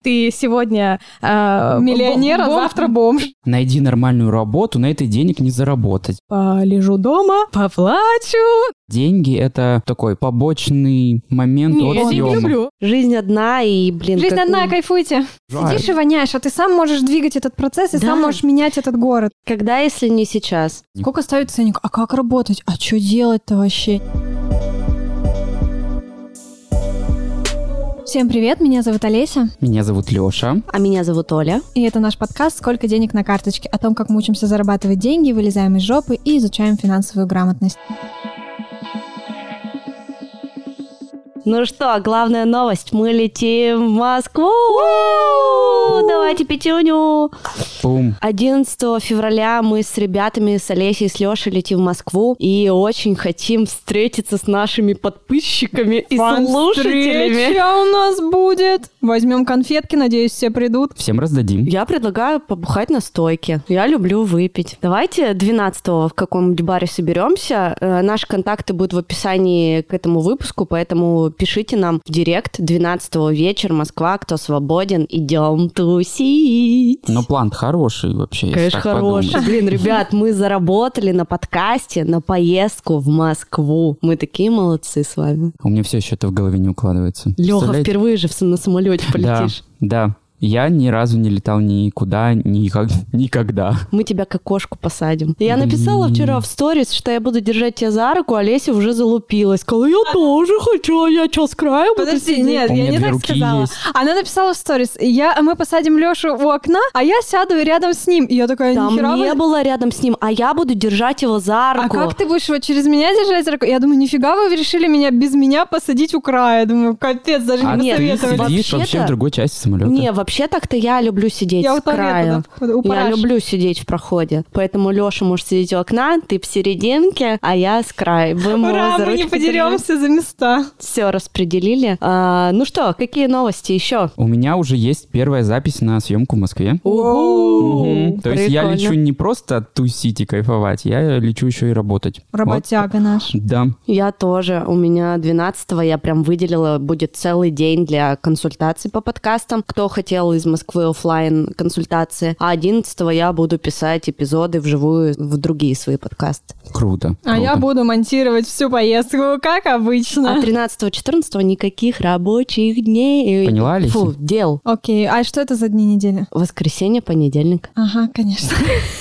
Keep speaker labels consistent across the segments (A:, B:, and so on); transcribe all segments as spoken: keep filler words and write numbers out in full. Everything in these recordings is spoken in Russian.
A: ты сегодня э,
B: миллионер, а
A: бом-
B: завтра бомж.
C: Найди нормальную работу, на этой денег не заработать.
A: Полежу дома, поплачу.
C: Деньги — это такой побочный момент
A: Не,
C: от
A: я деньги
C: съема.
A: люблю.
D: Жизнь одна, и, блин...
A: Жизнь
D: как-
A: одна, кайфуйте.
C: Жаль.
A: Сидишь и воняешь, а ты сам можешь двигать этот процесс и
D: Да.
A: сам можешь менять этот город.
D: Когда, если не сейчас?
B: Сколько ставить ценник? А как работать? А что делать-то вообще?
A: Всем привет, меня зовут Олеся,
C: Меня зовут Лёша.
D: А меня зовут Оля.
A: и это наш подкаст «Сколько денег на карточке?» о том, как мы учимся зарабатывать деньги, вылезаем из жопы и изучаем финансовую грамотность.
D: Ну что, главная новость. Мы летим в Москву! Давайте пятюню!
C: Бум.
D: одиннадцатого февраля мы с ребятами, с Олесей, с Лешей летим в Москву и очень хотим встретиться с нашими подписчиками и слушателями.
B: Встреча у нас будет. Возьмем конфетки, надеюсь, все придут.
C: Всем раздадим.
D: Я предлагаю побухать на стойке. Я люблю выпить. Давайте двенадцатого в каком-нибудь баре соберемся. Э, Наши контакты будут в описании к этому выпуску, поэтому пишите нам в директ. двенадцатого вечер, Москва, кто свободен, идем тусить.
C: Но план хороший вообще. если
D: Конечно,
C: так
D: хороший.
C: подумать.
D: Блин, ребят, мы заработали на подкасте на поездку в Москву. Мы такие молодцы с вами.
C: У меня все еще это в голове не укладывается.
D: Леха,
C: Представляете?
D: впервые же в- на самолете полетишь.
C: Да, да. Я ни разу не летал никуда, никак, никогда.
D: Мы тебя как кошку посадим. Я
C: Блин.
D: написала вчера в сторис, что я буду держать тебя за руку, а Олеся уже залупилась. Сказала, я тоже хочу, а я что, с краю буду
B: Подожди,
D: сидеть?
B: нет,
C: У
B: я
C: меня
B: не
C: две
B: так
C: руки
B: сказала.
C: есть.
B: Она написала в сторис, я, мы посадим Лешу у окна, а я сяду рядом с ним. И я такая,
D: Там
B: нихера
D: не
B: вы-
D: было рядом с ним, а я буду держать его за
B: А
D: руку.
B: как ты будешь вот через меня держать руку? Я думаю, нифига вы решили меня без меня посадить у края. Я думаю, капец, даже
C: А
B: не
C: ты
B: посоветовали.
C: сидишь вообще
D: Вообще-то-
C: в другой части самолета.
D: Не, вообще так-то я люблю сидеть
B: Я
D: с
B: у туалета,
D: краю.
B: да, у
D: Я
B: параши.
D: люблю сидеть в проходе. Поэтому Леша может сидеть у окна, ты в серединке, а я с краю. Будем его
B: Ура,
D: за
B: мы не
D: ручку
B: подеремся за места.
D: Все распределили. А, ну что, какие новости еще?
C: У меня уже есть первая запись на съемку в Москве.
D: Угу.
C: Мгм. То есть я лечу не просто тусить и кайфовать, я лечу еще и работать.
B: Работяга наш.
C: Вот. Да.
D: Я тоже. У меня двенадцатого я прям выделила, будет целый день для консультаций по подкастам. Кто хотел из Москвы оффлайн консультации. А одиннадцатого я буду писать эпизоды вживую в другие свои подкасты.
C: Круто.
B: А
C: круто.
B: я буду монтировать всю поездку, как обычно.
D: А тринадцатого-четырнадцатого никаких рабочих дней.
C: Поняла, Алиса?
D: Фу, дел.
B: Окей, а что это за дни недели?
D: Воскресенье, понедельник.
B: Ага, конечно.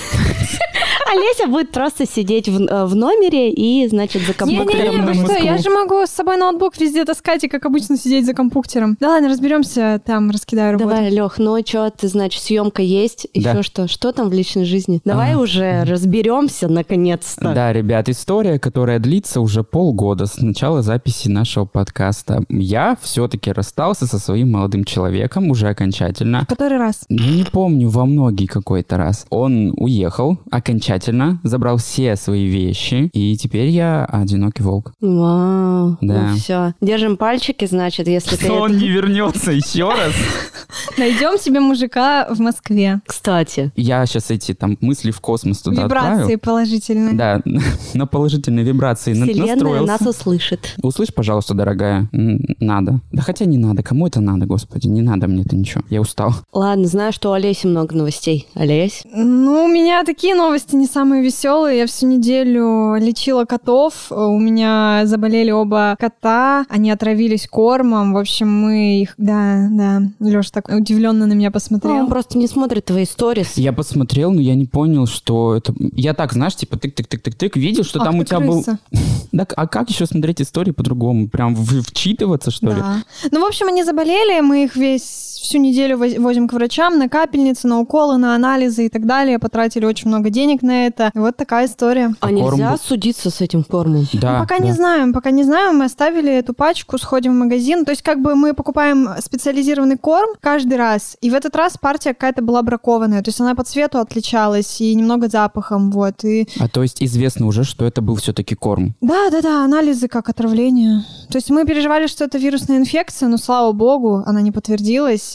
D: Олеся будет просто сидеть в, э, в номере и, значит, за компьютером.
B: Не-не-не, вы
C: Москву.
B: что, я же могу с собой ноутбук везде таскать и, как обычно, сидеть за компьютером. Да ладно, разберемся, там раскидаю работу.
D: Давай, Лех, ну что, ты, значит, съемка есть,
C: Да.
D: еще что? Что там в личной жизни? Давай
C: А.
D: уже разберемся, наконец-то.
C: Да, ребят, история, которая длится уже полгода с начала записи нашего подкаста. Я все-таки расстался со своим молодым человеком уже окончательно.
B: В который раз?
C: Я не помню, во многие какой-то раз. Он уехал окончательно, забрал все свои вещи, и теперь я одинокий волк.
D: Вау,
C: Да.
D: ну все. Держим пальчики, значит, если ты... это-
C: не вернется еще раз.
B: Найдем себе мужика в Москве.
D: Кстати,
C: Я сейчас эти там мысли в космос туда
B: Вибрации
C: отправил.
B: положительные.
C: Да, на положительные вибрации на-
D: Вселенная
C: настроился.
D: нас услышит.
C: Услышь, пожалуйста, дорогая. М, Надо. Да хотя не надо. Кому это надо, господи? Не надо мне это ничего. Я устал.
D: Ладно, знаю, что у Олеси много новостей. Олесь?
B: Ну, у меня такие новости не самые веселые. Я всю неделю лечила котов. У меня заболели оба кота. Они отравились кормом. В общем, мы их... Да, да. Леша так удивленно на меня
D: Ну,
B: посмотрел.
D: он просто не смотрит твои сторис.
C: Я посмотрел, но я не понял, что это... Я так, знаешь, типа тык-тык-тык-тык-тык, видел, что
B: Ах
C: там
B: ты
C: у тебя был...
B: крыса.
C: Да, а как еще смотреть истории по-другому? Прям в- вчитываться, что ли?
B: Да. Ну, в общем, они заболели, мы их весь всю неделю воз- возим к врачам на капельницы, на уколы, на анализы и так далее. Потратили очень много денег на это. И вот такая история.
D: А
C: А
D: нельзя
C: корм был-
D: судиться с этим кормом?
C: Да,
B: Ну, пока
C: да.
B: не знаем, пока не знаем. Мы оставили эту пачку, сходим в магазин. То есть как бы мы покупаем специализированный корм каждый раз. И в этот раз партия какая-то была бракованная. То есть она по цвету отличалась и немного запахом. Вот. И
C: А то есть известно уже, что это был все-таки корм.
B: да, да, да, анализы как отравление. То есть мы переживали, что это вирусная инфекция, но слава богу, она не подтвердилась.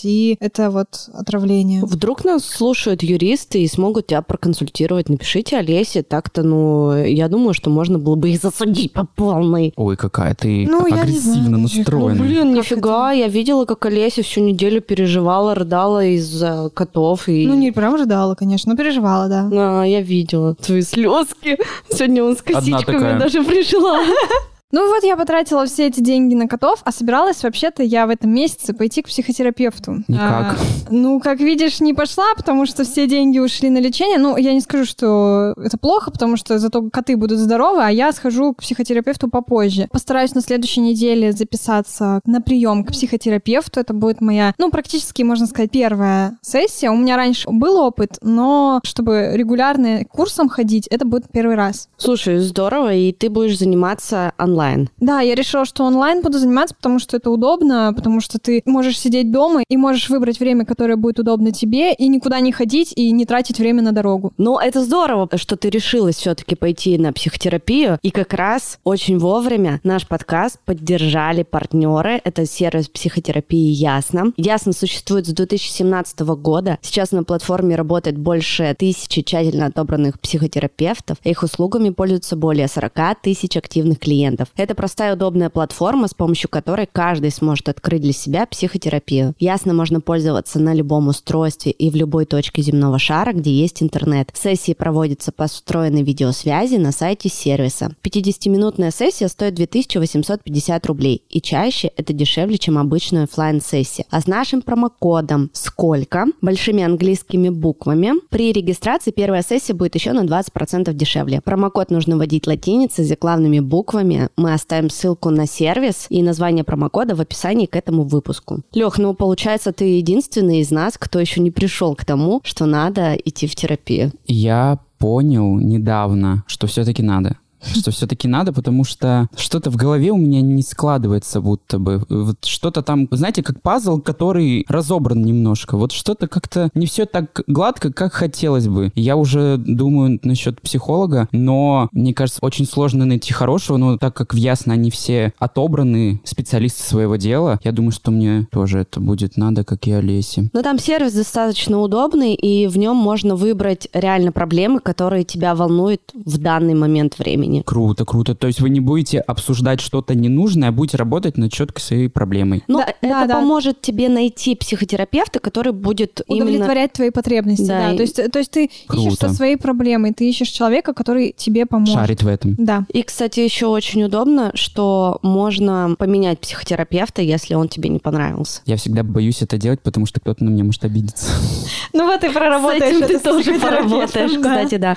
B: и это вот отравление.
D: Вдруг нас слушают юристы и смогут тебя проконсультировать. Напишите Олесе, так-то, ну, я думаю, что можно было бы их засудить по полной.
C: Ой, какая ты
B: Ну, я не
C: агрессивно
B: знаю,
C: настроена.
D: Ну, блин,
B: Как
D: нифига, я видела, как Олеся всю неделю переживала, рыдала из-за котов. И...
B: Ну, не прям рыдала, конечно, но переживала, да.
D: А, я видела твои слезки. Сегодня он с
C: Одна
D: косичками
C: такая.
D: даже пришла.
B: Ну вот я потратила все эти деньги на котов, а собиралась вообще-то я в этом месяце пойти к психотерапевту.
C: Никак.
B: А, ну, как видишь, не пошла, потому что все деньги ушли на лечение. Ну, я не скажу, что это плохо, потому что зато коты будут здоровы, а я схожу к психотерапевту попозже. Постараюсь на следующей неделе записаться на прием к психотерапевту. Это будет моя, ну, практически, можно сказать, первая сессия. У меня раньше был опыт, но чтобы регулярно курсом ходить, это будет первый раз.
D: Слушай, здорово, и ты будешь заниматься онлайн.
B: Да, я решила, что онлайн буду заниматься, потому что это удобно, потому что ты можешь сидеть дома и можешь выбрать время, которое будет удобно тебе, и никуда не ходить, и не тратить время на дорогу.
D: Ну, это здорово, что ты решилась все-таки пойти на психотерапию. И как раз очень вовремя наш подкаст поддержали партнеры. Это сервис психотерапии Ясно. Ясно существует с две тысячи семнадцатого года. Сейчас на платформе работает больше тысячи тщательно отобранных психотерапевтов. Их услугами пользуются более сорок тысяч активных клиентов. Это простая и удобная платформа, с помощью которой каждый сможет открыть для себя психотерапию. Ясно можно пользоваться на любом устройстве и в любой точке земного шара, где есть интернет. Сессии проводятся по встроенной видеосвязи на сайте сервиса. пятидесятиминутная сессия стоит две тысячи восемьсот пятьдесят рублей, и чаще это дешевле, чем обычная офлайн-сессия. А с нашим промокодом «Сколько» большими английскими буквами при регистрации первая сессия будет еще на двадцать процентов дешевле. Промокод нужно вводить латиницей, заглавными буквами. Мы оставим ссылку на сервис и название промокода в описании к этому выпуску. Лех, ну получается, ты единственный из нас, кто еще не пришел к тому, что надо идти в терапию.
C: Я понял недавно, что все-таки надо. Что все-таки надо, потому что что-то в голове у меня не складывается будто бы. Вот что-то там, знаете, как пазл, который разобран немножко. Вот что-то как-то не все так гладко, как хотелось бы. Я уже думаю насчет психолога, но мне кажется, очень сложно найти хорошего, но так как в Ясно они все отобраны, специалисты своего дела, я думаю, что мне тоже это будет надо, как и Олесе.
D: Но там сервис достаточно удобный, и в нем можно выбрать реально проблемы, которые тебя волнуют в данный момент времени.
C: Круто, круто. То есть вы не будете обсуждать что-то ненужное, а будете работать над четкой своей проблемой.
D: Ну,
B: Да,
D: это
B: да, да.
D: поможет тебе найти психотерапевта, который будет именно...
B: Удовлетворять твои потребности,
D: Да,
B: да.
D: и-
B: То есть, то есть ты
C: Круто.
B: ищешь со своей проблемой, ты ищешь человека, который тебе поможет.
C: Шарить в этом.
B: Да.
D: И, кстати, еще очень удобно, что можно поменять психотерапевта, если он тебе не понравился.
C: Я всегда боюсь это делать, потому что кто-то на меня может обидеться.
B: Ну вот и проработаешь
D: С этим ты
B: это с
D: тоже
B: психотерапевтом,
D: поработаешь,
B: да.
D: кстати, да.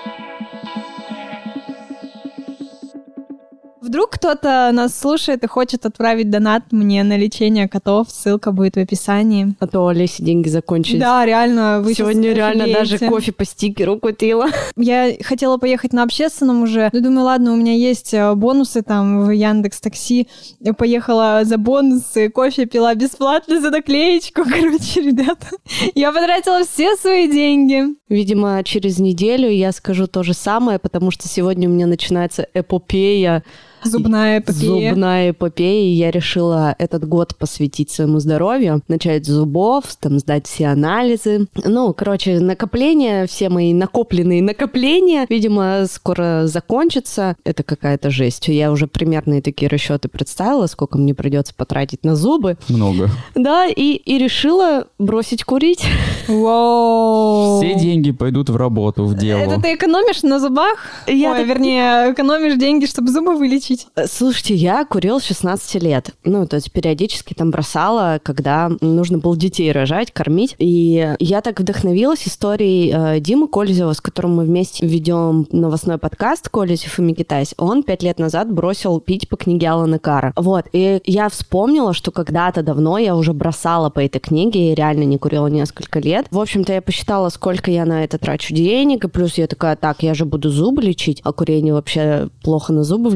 B: Вдруг кто-то нас слушает и хочет отправить донат мне на лечение котов, ссылка будет в описании.
D: А то Олесе деньги закончились.
B: Да, реально, вы
D: Сегодня
B: сейчас
D: реально
B: офигеете.
D: даже кофе по стикеру купила.
B: Я хотела поехать на общественном уже, но думаю, ладно, у меня есть э, бонусы там в Яндекс.Такси. Я поехала за бонусы, кофе пила бесплатно за наклеечку. Короче, ребята, я потратила все свои деньги.
D: Видимо, через неделю я скажу то же самое, потому что сегодня у меня начинается эпопея.
B: Зубная эпопея.
D: Зубная эпопея, и я решила этот год посвятить своему здоровью, начать с зубов, там, сдать все анализы. Ну, короче, накопления, все мои накопленные накопления, видимо, скоро закончатся. Это какая-то жесть. Я уже примерные такие расчеты представила, сколько мне придется потратить на зубы.
C: Много.
D: Да, и, и решила бросить курить.
B: Воу.
C: Все деньги пойдут в работу, в дело.
B: Это ты экономишь на зубах?
D: Я
B: Ой,
D: так-
B: вернее, экономишь деньги, чтобы зубы вылечить.
D: Слушайте, я курила с шестнадцати лет. Ну, то есть периодически там бросала, когда нужно было детей рожать, кормить. И я так вдохновилась историей э, Димы Кользева, с которым мы вместе ведем новостной подкаст «Кользев и Микитась». Он пять лет назад бросил пить по книге Алана Карра. Вот. И я вспомнила, что когда-то давно я уже бросала по этой книге и реально не курила несколько лет. В общем-то, я посчитала, сколько я на это трачу денег. И плюс я такая, так, я же буду зубы лечить, а курение вообще плохо на зубы влияет.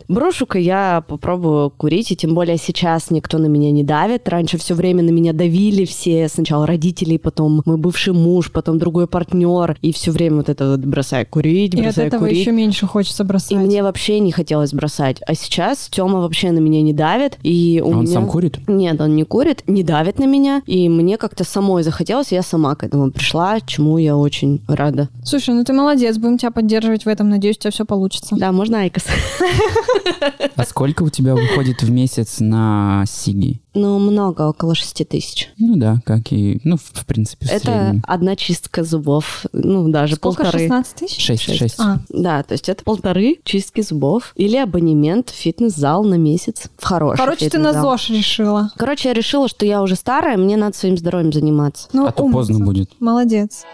D: давит. Брошу-ка я попробую курить, и тем более сейчас никто на меня не давит. Раньше все время на меня давили все. Сначала родители, потом мой бывший муж, потом другой партнер. И все время вот это вот бросай курить, бросай курить.
B: И от этого
D: курить.
B: еще меньше хочется бросать.
D: И мне вообще не хотелось бросать. А сейчас Тёма вообще на меня не давит. И у
C: а он
D: меня...
C: сам курит?
D: Нет, он не курит, не давит на меня. И мне как-то самой захотелось, я сама к этому пришла, чему я очень рада.
B: Слушай, ну ты молодец, будем тебя поддерживать в этом. Надеюсь, у тебя все получится.
D: Да, можно айкос.
C: А сколько у тебя выходит в месяц на сиги?
D: Ну, много, около шести тысяч.
C: Ну да, как и, ну, в, в принципе, в
D: Это
C: среднем.
D: одна чистка зубов, ну, даже
B: Сколько,
D: полторы.
B: шестнадцать тысяч?
C: Шесть, шесть.
B: А.
D: Да, то есть это полторы чистки зубов или абонемент в фитнес-зал на месяц. В хороший
B: Короче, ты на ЗОЖ решила.
D: Короче, я решила, что я уже старая, мне надо своим здоровьем заниматься.
B: Ну,
C: А то
B: умница.
C: поздно будет.
B: Молодец.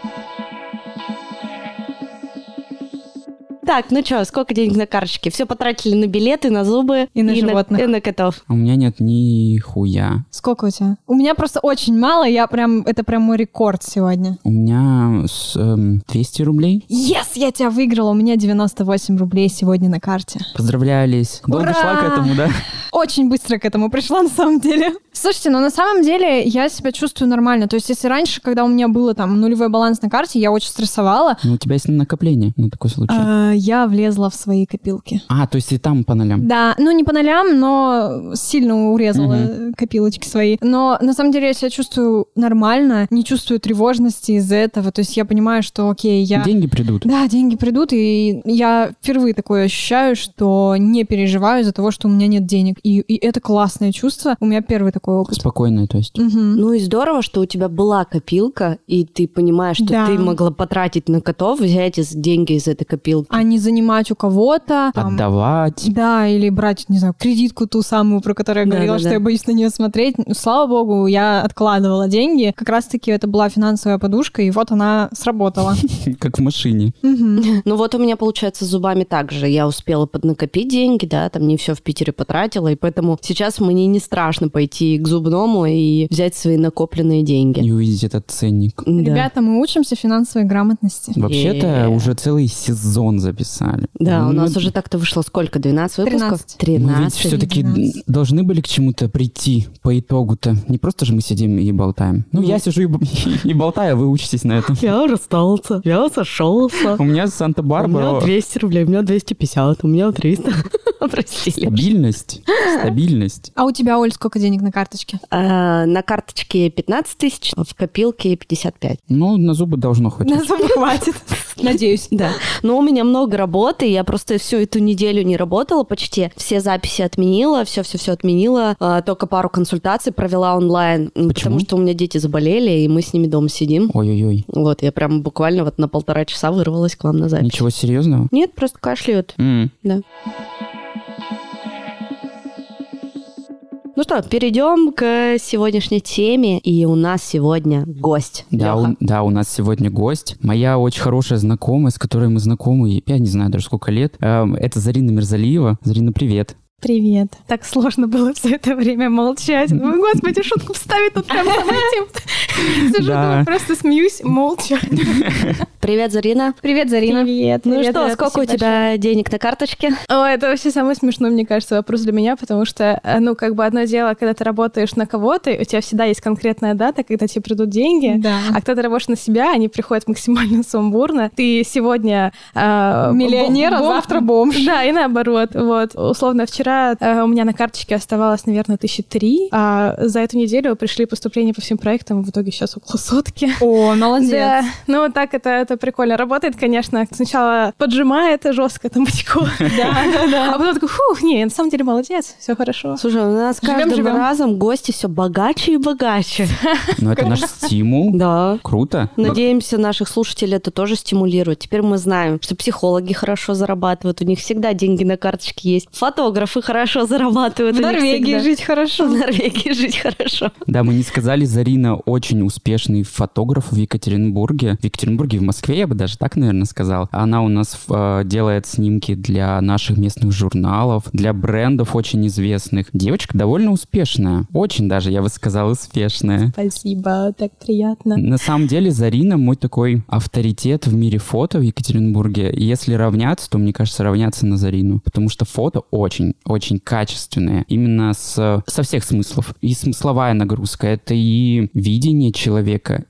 D: Так, ну что, сколько денег на карточке? Все потратили на билеты, на зубы
B: И на животных.
D: и на котов.
C: А у меня нет ни хуя.
B: Сколько у тебя? У меня просто очень мало, я прям, это прям мой рекорд сегодня.
C: У меня с, эм, двести рублей.
B: Yes, я тебя выиграла, у меня девяносто восемь рублей сегодня на карте.
C: Поздравляю, Лесь. Долго
B: Ура!
C: шла к этому, да?
B: Очень быстро к этому пришла, на самом деле. Слушайте, ну на самом деле я себя чувствую нормально. То есть если раньше, когда у меня было там нулевой баланс на карте, я очень стрессовала,
C: Ну, у тебя есть накопление на такой случай.
B: а, я влезла в свои копилки.
C: А, то есть и там по нолям.
B: Да, ну не по нолям, но сильно урезала
C: Мгм.
B: копилочки свои. Но на самом деле я себя чувствую нормально, не чувствую тревожности из-за этого. То есть я понимаю, что окей, я...
C: Деньги придут.
B: Да, деньги придут, и я впервые такое ощущаю, что не переживаю из-за того, что у меня нет денег. И, и это классное чувство. У меня первый такой опыт.
C: Спокойно, то есть.
B: Мгм.
D: Ну и здорово, что у тебя была копилка, и ты понимаешь, что
B: Да.
D: ты могла потратить на котов, взять из деньги из этой копилки.
B: А не занимать у кого-то. там,
C: Отдавать.
B: Да, или брать, не знаю, кредитку ту самую, про которую я
D: Да,
B: говорила,
D: да,
B: что
D: да.
B: я боюсь на нее смотреть. Ну, слава богу, я откладывала деньги. Как раз-таки это была финансовая подушка, и вот она сработала.
C: Как в машине.
B: Мгм.
D: Ну вот у меня получается с зубами так же. Я успела поднакопить деньги, да, там не все в Питере потратила, и поэтому сейчас мне не страшно пойти к зубному и взять свои накопленные деньги.
C: И увидеть этот ценник.
D: Да.
B: Ребята, мы учимся финансовой грамотности.
C: Вообще-то
D: Е.
C: уже целый сезон записали.
D: Да, у
C: Ну,
D: нас уже так-то вышло сколько? двенадцать выпусков?
B: тринадцать.
C: Мы ведь
D: тринадцать.
C: все-таки
B: двенадцать.
C: должны были к чему-то прийти по итогу-то. Не просто же мы сидим и болтаем. Ну,
D: Ну.
C: я сижу и, б- и болтаю, а вы учитесь на этом.
D: Я расстался, я сошелся.
C: У меня
D: У меня
C: Санта-Барбара
D: двести рублей, у меня двести пятьдесят, у меня триста. Простили.
C: стабильность. Стабильность.
B: А у тебя, Оль, сколько денег на карточке?
D: А, На карточке пятнадцать тысяч, в копилке пятьдесят пять.
C: Ну, на зубы должно хватить.
B: На зубы хватит. Надеюсь.
D: Да. Но у меня много работы, я просто всю эту неделю не работала почти. Все записи отменила, все-все-все отменила. А, Только пару консультаций провела онлайн, м,
C: Почему?
D: потому что у меня дети заболели, и мы с ними дома сидим.
C: Ой-ой-ой.
D: Вот, я прям буквально вот на полтора часа вырвалась к вам на запись.
C: Ничего серьезного?
D: Нет, просто кашляют.
C: М.
D: Да. Ну что, перейдем к сегодняшней теме. И у нас сегодня гость.
C: Да,
D: Лёха.
C: у, да, у нас сегодня гость. Моя очень хорошая знакомая, с которой мы знакомы, я не знаю даже сколько лет. Эм, Это Зарина Мирзалиева. Зарина, привет.
B: Привет. Так сложно было все это время молчать. Ну, господи, шутку вставить тут прям самым этим. Сижу,
C: Да.
B: думаю, просто смеюсь молча.
D: Привет, Зарина.
B: Привет, Зарина. Привет.
D: Ну что, сколько у тебя денег на карточке?
E: О, это вообще самый смешной, мне кажется, вопрос для меня, потому что, э, ну, как бы одно дело, когда ты работаешь на кого-то, и у тебя всегда есть конкретная дата, когда тебе придут деньги,
B: Да.
E: а когда ты работаешь на себя, они приходят максимально сумбурно. Ты сегодня... э,
B: Миллионер, а
E: бом-
B: завтра бомж.
E: Да, и наоборот. Вот. Условно, вчера э, у меня на карточке оставалось, наверное, тысячи три, а за эту неделю пришли поступления по всем проектам, и в итоге сейчас около сотки.
B: О, молодец.
E: Да, ну вот так это, это прикольно работает, конечно. Сначала поджимает жестко там потеку. Да, да, да. А потом такой, фух, не, на самом деле молодец, все хорошо.
D: Слушай, у нас
B: Живем,
D: каждым
B: живем.
D: разом гости все богаче и богаче.
C: Ну, это наш стимул.
D: Да.
C: Круто.
D: Надеемся, наших слушателей это тоже стимулирует. Теперь мы знаем, что психологи хорошо зарабатывают, у них всегда деньги на карточке есть. Фотографы фотографы хорошо зарабатывают.
B: В Норвегии жить хорошо.
D: В Норвегии жить хорошо.
C: Да, мы не сказали, Зарина очень успешный фотограф в Екатеринбурге. В Екатеринбурге, в Москве, я бы даже так, наверное, сказал. Она у нас э, делает снимки для наших местных журналов, для брендов очень известных. Девочка довольно успешная. Очень даже, я бы сказал, успешная.
E: Спасибо, так приятно.
C: На самом деле, Зарина мой такой авторитет в мире фото в Екатеринбурге. И если равняться, то, мне кажется, равняться на Зарину. Потому что фото очень-очень качественное. Именно с, со всех смыслов. И смысловая нагрузка. Это и видение человека,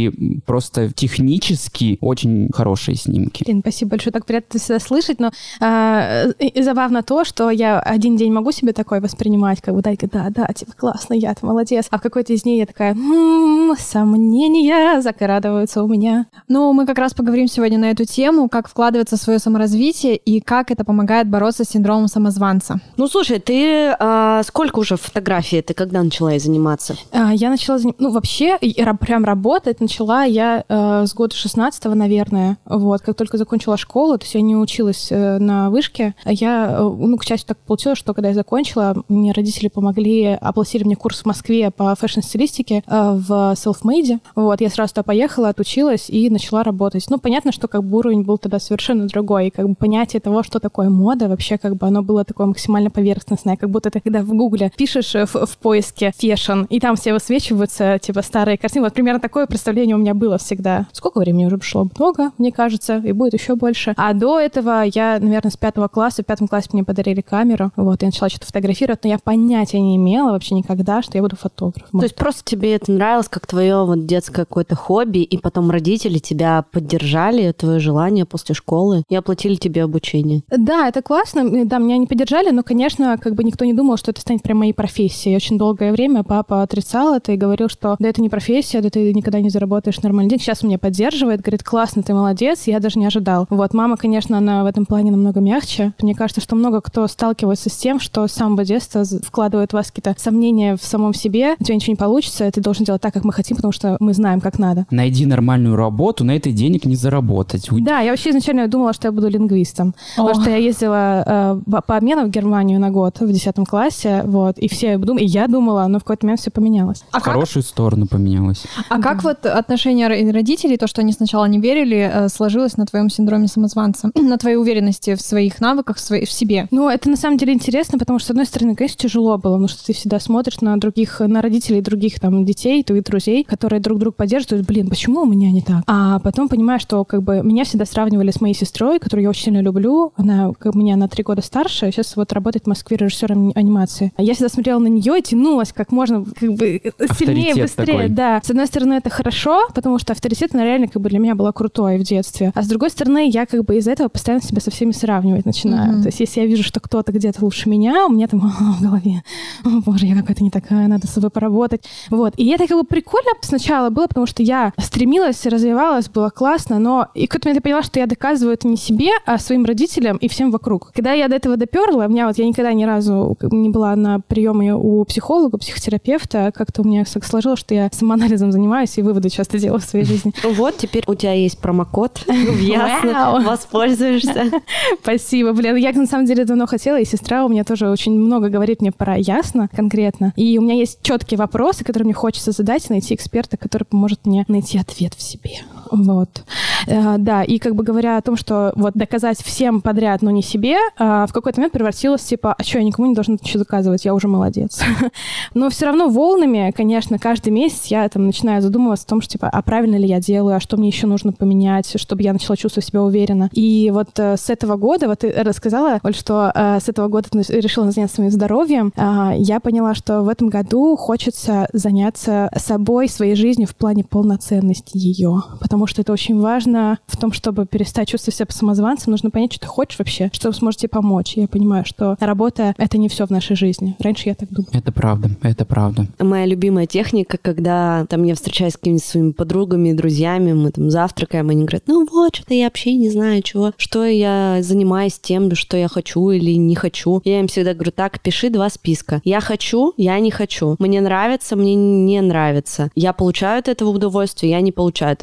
C: и просто технически очень хорошие снимки.
E: Блин, спасибо большое. Так приятно это всегда слышать. Но э, и забавно то, что я один день могу себе такое воспринимать, как бы, да, да, да, типа, классно, я-то молодец. А в какой-то из дней я такая, м-м, сомнения закрадываются у меня.
B: Ну, мы как раз поговорим сегодня на эту тему, как вкладывается в свое саморазвитие и как это помогает бороться с синдромом самозванца.
D: Ну, слушай, ты а, сколько уже фотографий? Ты когда начала ей заниматься?
E: А, я начала заниматься... Ну, вообще, я прям работать начала я э, с года шестнадцатого, наверное. Вот, как только закончила школу, то есть я не училась э, на вышке. Я, э, ну, к счастью, так получилось, что когда я закончила, мне родители помогли, оплатили мне курс в Москве по фэшн-стилистике э, в self-made. Вот, я сразу туда поехала, отучилась и начала работать. Ну, понятно, что как бы уровень был тогда совершенно другой. И как бы понятие того, что такое мода, вообще как бы оно было такое максимально поверхностное. Как будто ты, когда в Гугле пишешь в, в поиске фэшн, и там все высвечиваются, типа, старые картины. Вот примерно такое представление у меня было всегда. Сколько времени уже прошло? Много, мне кажется, и будет еще больше. А до этого я, наверное, с пятого класса, в пятом классе мне подарили камеру, вот, я начала что-то фотографировать, но я понятия не имела вообще никогда, что я буду фотографом.
D: То есть просто тебе это нравилось, как твое вот детское какое-то хобби, и потом родители тебя поддержали, твое желание после школы, и оплатили тебе обучение?
E: Да, это классно, да, меня не поддержали, но, конечно, как бы никто не думал, что это станет прям моей профессией. Очень долгое время папа отрицал это и говорил, что да, это не профессия, да ты никогда не заработаешь нормальный день. Сейчас он меня поддерживает, говорит, классно, ты молодец, я даже не ожидал. Вот, мама, конечно, она в этом плане намного мягче. Мне кажется, что много кто сталкивается с тем, что с самого детства вкладывает в вас какие-то сомнения в самом себе, у тебя ничего не получится, ты должен делать так, как мы хотим, потому что мы знаем, как надо.
C: Найди нормальную работу, на этой денег не заработать.
E: Да, я вообще изначально думала, что я буду лингвистом, О. потому что я ездила э, по обмену в Германию на год в десятом классе, вот, и все думали, и я думала, но в какой-то момент все поменялось.
C: А в как... хорошую сторону поменялось.
B: А да. Как вот отношение родителей, то, что они сначала не верили, сложилось на твоем синдроме самозванца, на твоей уверенности в своих навыках, в, своей, в себе?
E: Ну, это на самом деле интересно, потому что, с одной стороны, конечно, тяжело было, потому что ты всегда смотришь на других, на родителей других там детей, твоих друзей, которые друг друга поддерживают, блин, почему у меня не так? А потом понимаешь, что как бы меня всегда сравнивали с моей сестрой, которую я очень сильно люблю, она как меня на три года старше, сейчас вот работает в Москве режиссером анимации. Я всегда смотрела на нее и тянулась как можно как бы сильнее,
C: авторитет
E: быстрее.
C: Такой.
E: Да. С одной стороны, это хорошо, потому что авторитет, она реально как бы для меня была крутой в детстве. А с другой стороны, я как бы из-за этого постоянно себя со всеми сравнивать начинаю. Mm-hmm. То есть если я вижу, что кто-то где-то лучше меня, у меня там в голове, о боже, я какая-то не такая, надо с собой поработать. Вот. И это как бы прикольно сначала было, потому что я стремилась, развивалась, было классно, но и в какой-то момент я поняла, что я доказываю это не себе, а своим родителям и всем вокруг. Когда я до этого доперла, у меня вот я никогда ни разу не была на приеме у психолога, психотерапевта, как-то у меня так сложилось, что я самоанализом занимаюсь и выводы часто делаю в своей жизни.
D: Вот, теперь у тебя есть промокод в Ясно, воспользуешься.
E: Спасибо, блин, я на самом деле давно хотела, и сестра у меня тоже очень много говорит мне про Ясно конкретно, и у меня есть четкие вопросы, которые мне хочется задать, найти эксперта, который поможет мне найти ответ в себе. Вот. Да, и как бы говоря о том, что вот доказать всем подряд, но не себе, в какой-то момент превратилось типа, а что, я никому не должна ничего доказывать, я уже молодец. Но все равно волнами, конечно, каждый месяц я там начинаю задумываться о том, что типа, а правильно ли я делаю, а что мне еще нужно поменять, чтобы я начала чувствовать себя уверенно. И вот э, с этого года, вот ты рассказала, Оль, что э, с этого года ты решила заняться своим здоровьем, э, я поняла, что в этом году хочется заняться собой, своей жизнью в плане полноценности ее, потому что это очень важно в том, чтобы перестать чувствовать себя самозванцем, нужно понять, что ты хочешь вообще, что сможет тебе помочь. И я понимаю, что работа — это не все в нашей жизни. Раньше я так думала.
C: Это правда, это правда.
D: Моя любимая техника, когда там я встречаюсь с какими-то своими подругами, друзьями, мы там завтракаем, они говорят, ну вот, что-то я вообще не знаю, чего, что я занимаюсь тем, что я хочу или не хочу. Я им всегда говорю, так, пиши два списка. Я хочу, я не хочу. Мне нравится, мне не нравится. Я получаю от этого удовольствие, я не получаю от этого удовольствия.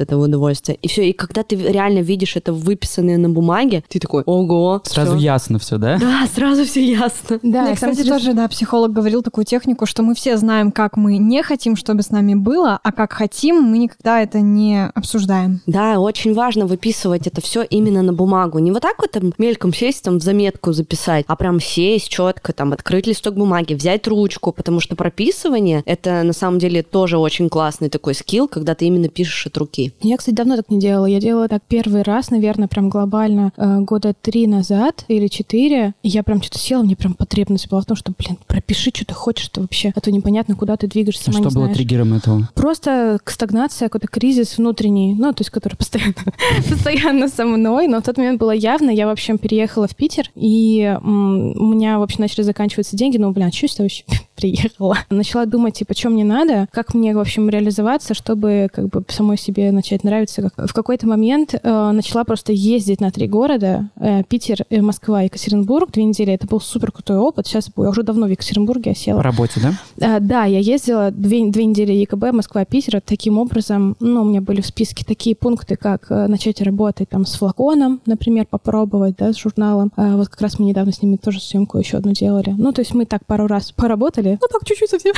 D: удовольствие. И все. И когда ты реально видишь это выписанное на бумаге, ты такой, ого.
C: Сразу
D: всё.
C: ясно все, да?
D: Да, сразу все ясно.
B: Да, Мне, кстати, интересно... тоже, да, психолог говорил такую технику, что мы все знаем, как мы не хотим, чтобы с нами было, а как хотим, мы никогда это не обсуждаем.
D: Да, очень важно выписывать это все именно на бумагу. Не вот так вот там мельком сесть, там в заметку записать, а прям сесть четко, там открыть листок бумаги, взять ручку, потому что прописывание — это на самом деле тоже очень классный такой скилл, когда ты именно пишешь от руки.
E: Я, кстати, давно так не делала. Я делала так первый раз, наверное, прям глобально э, года три назад или четыре. И я прям что-то села, мне прям потребность была в том, что, блин, пропиши, что ты хочешь-то вообще, а то непонятно, куда ты двигаешься,
C: а
E: сама
C: что
E: не
C: было
E: знаешь.
C: Триггером этого?
E: Просто стагнация, какой-то кризис внутренний, ну, то есть, который постоянно, постоянно со мной, но в тот момент было явно. Я, в общем, переехала в Питер, и м- у меня, в общем, начали заканчиваться деньги. Ну, блин, а что я вообще приехала? Начала думать, типа, что мне надо, как мне, в общем, реализоваться, чтобы как бы самой себе начать нравиться. В какой-то момент э, начала просто ездить на три города, э, Питер, э, Москва, Екатеринбург, две недели. Это был супер крутой опыт. Сейчас я уже давно в Екатеринбурге осела.
C: По работе, да?
E: А, да, я ездила две, две недели ЕКБ, Москва, Питер. Таким образом, ну, у меня были в списке такие пункты, как э, начать работать там с флаконом, например, попробовать, да, с журналом. А, вот как раз мы недавно с ними тоже съемку еще одну делали. Ну, то есть мы так пару раз поработали. Ну, так чуть-чуть совсем.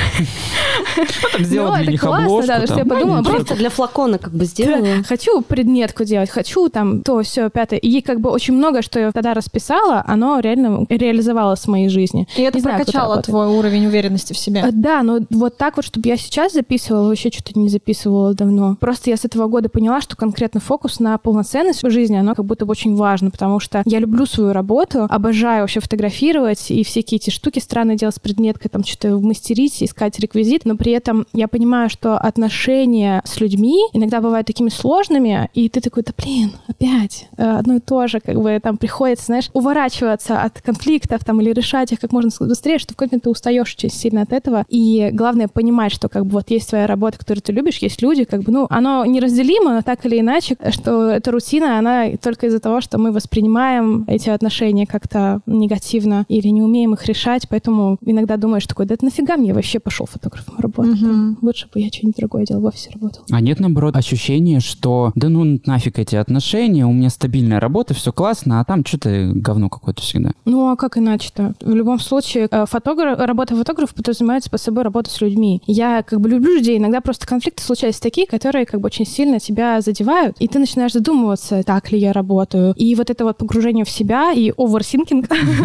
C: Так сделать для них обложку.
E: Да, что я подумала,
D: просто для флакона как бы сделала.
E: Хочу предметку делать, хочу там то, все, пятое. И как бы очень много, что я тогда расписала, оно реально реализовалось в моей жизни.
B: И это прокачало твой уровень уверенности в себе.
E: Да, но вот так вот, чтобы я сейчас записывала, вообще что-то не записывала давно. Просто я с этого года поняла, что конкретно фокус на полноценность в жизни, оно как будто бы очень важно, потому что я люблю свою работу, обожаю вообще фотографировать и всякие эти штуки странные делать с предметкой, там что-то мастерить, искать реквизит, но при этом я понимаю, что отношения с людьми иногда бывают такими сложными, и ты такой, да блин, опять одно и то же, как бы там приходится, знаешь, уворачиваться от конфликтов там или решать их как можно быстрее, что в какой-то момент ты устаешь очень сильно от этого, и главное понимать, что как бы вот есть твоя работа, которую ты любишь, есть люди, как бы, ну, оно неразделимо, но так или иначе, что эта рутина, она только из-за того, что мы воспринимаем эти отношения как-то негативно или не умеем их решать, поэтому иногда думаешь такой, да это нафига мне вообще пошел фотографом работать? Mm-hmm. Лучше бы я что-нибудь другое делал, в офисе работал.
C: А нет, наоборот, ощущения, что да ну нафиг эти отношения, у меня стабильная работа, все классно, а там что-то говно какое-то всегда.
E: Ну, а как иначе-то? В любом случае, фотограф, работа фотографа подразумевает под собой работу с людьми. Я как бы люблю людей, иногда просто конфликты случаются такие, которые как бы очень сильно тебя задевают, и ты начинаешь задумываться, так ли я работаю. И вот это вот погружение в себя и оверсинкинг,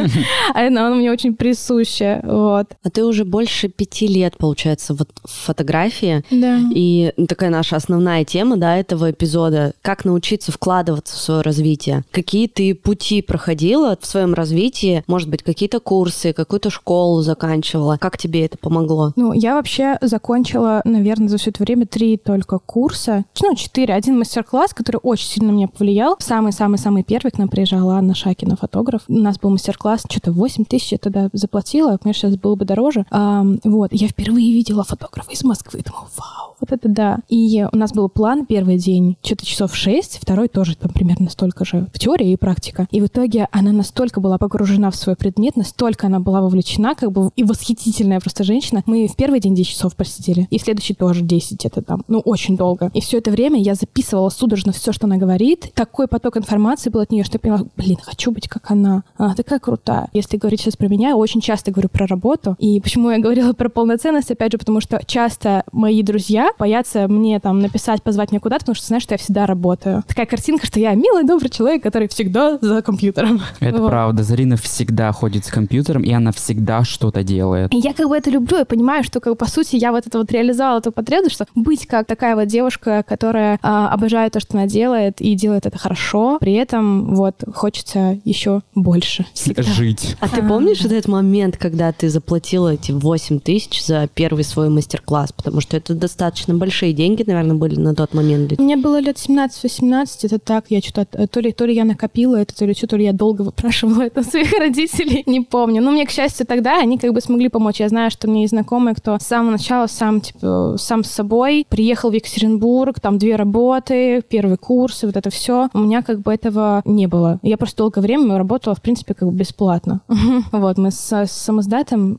E: оно мне очень присуще. Вот.
D: А ты уже больше пяти лет, получается, вот в фотографии.
E: Да.
D: И такая наша основная тема, да, этого эпизода. Как научиться вкладываться в свое развитие. Какие ты пути проходила в своем развитии? Может быть, какие-то курсы, какую-то школу заканчивала? Как тебе это помогло?
E: Ну, я вообще закончила, наверное, за все это время три только курса. Ну, четыре. Один мастер-класс, который очень сильно на меня повлиял. Самый-самый-самый первый к нам приезжала Анна Шакина, фотограф. У нас был мастер-класс, что-то восемь тысяч я тогда заплатила. Конечно, сейчас было бы дороже. А, вот. Я впервые видела фотографа из Москвы. Думаю, вау, вот это да. И у нас был план первый день, что-то часов шесть, второй тоже там примерно столько же в теории и практика. И в итоге она настолько была погружена в свой предмет, настолько она была вовлечена, как бы, и восхитительная просто женщина. Мы в первый день десять часов просидели, и в следующий тоже десять, это там, ну, очень долго. И все это время я записывала судорожно все, что она говорит. Такой поток информации был от нее, что я поняла, блин, хочу быть как она. Она такая крутая. Если говорить сейчас про меня, я очень часто говорю про работу. И почему я говорила про полноценность, опять же, потому что часто мои друзья боятся мне там написать, позвать меня куда-то, потому что знают, что я всегда работаю. Такая картинка, что я милый, добрый человек, который всегда за компьютером.
C: Это вот. Правда. Зарина всегда ходит с компьютером, и она всегда что-то делает.
E: И я как бы это люблю, я понимаю, что, как бы, по сути, я вот это вот реализовала эту потребность, что быть как такая вот девушка, которая а, обожает то, что она делает, и делает это хорошо, при этом вот хочется еще больше всегда.
C: Жить.
D: А, а ты помнишь вот этот момент, когда ты заплатила эти восемь тысяч за первый свой мастер-класс? Потому что это достаточно большие деньги, наверное, были на тот момент.
E: Мне было лет семнадцать-восемнадцать, это так, я что-то, то ли, то ли я накопила это, то ли что, то ли я долго выпрашивала это у своих родителей, не помню. Но мне, к счастью, тогда они как бы смогли помочь. Я знаю, что у меня есть знакомые, кто с самого начала сам, типа, сам с собой приехал в Екатеринбург, там две работы, первый курс, и вот это все. У меня как бы этого не было. Я просто долгое время работала, в принципе, как бы бесплатно. Вот, мы с, с самоздатом работали,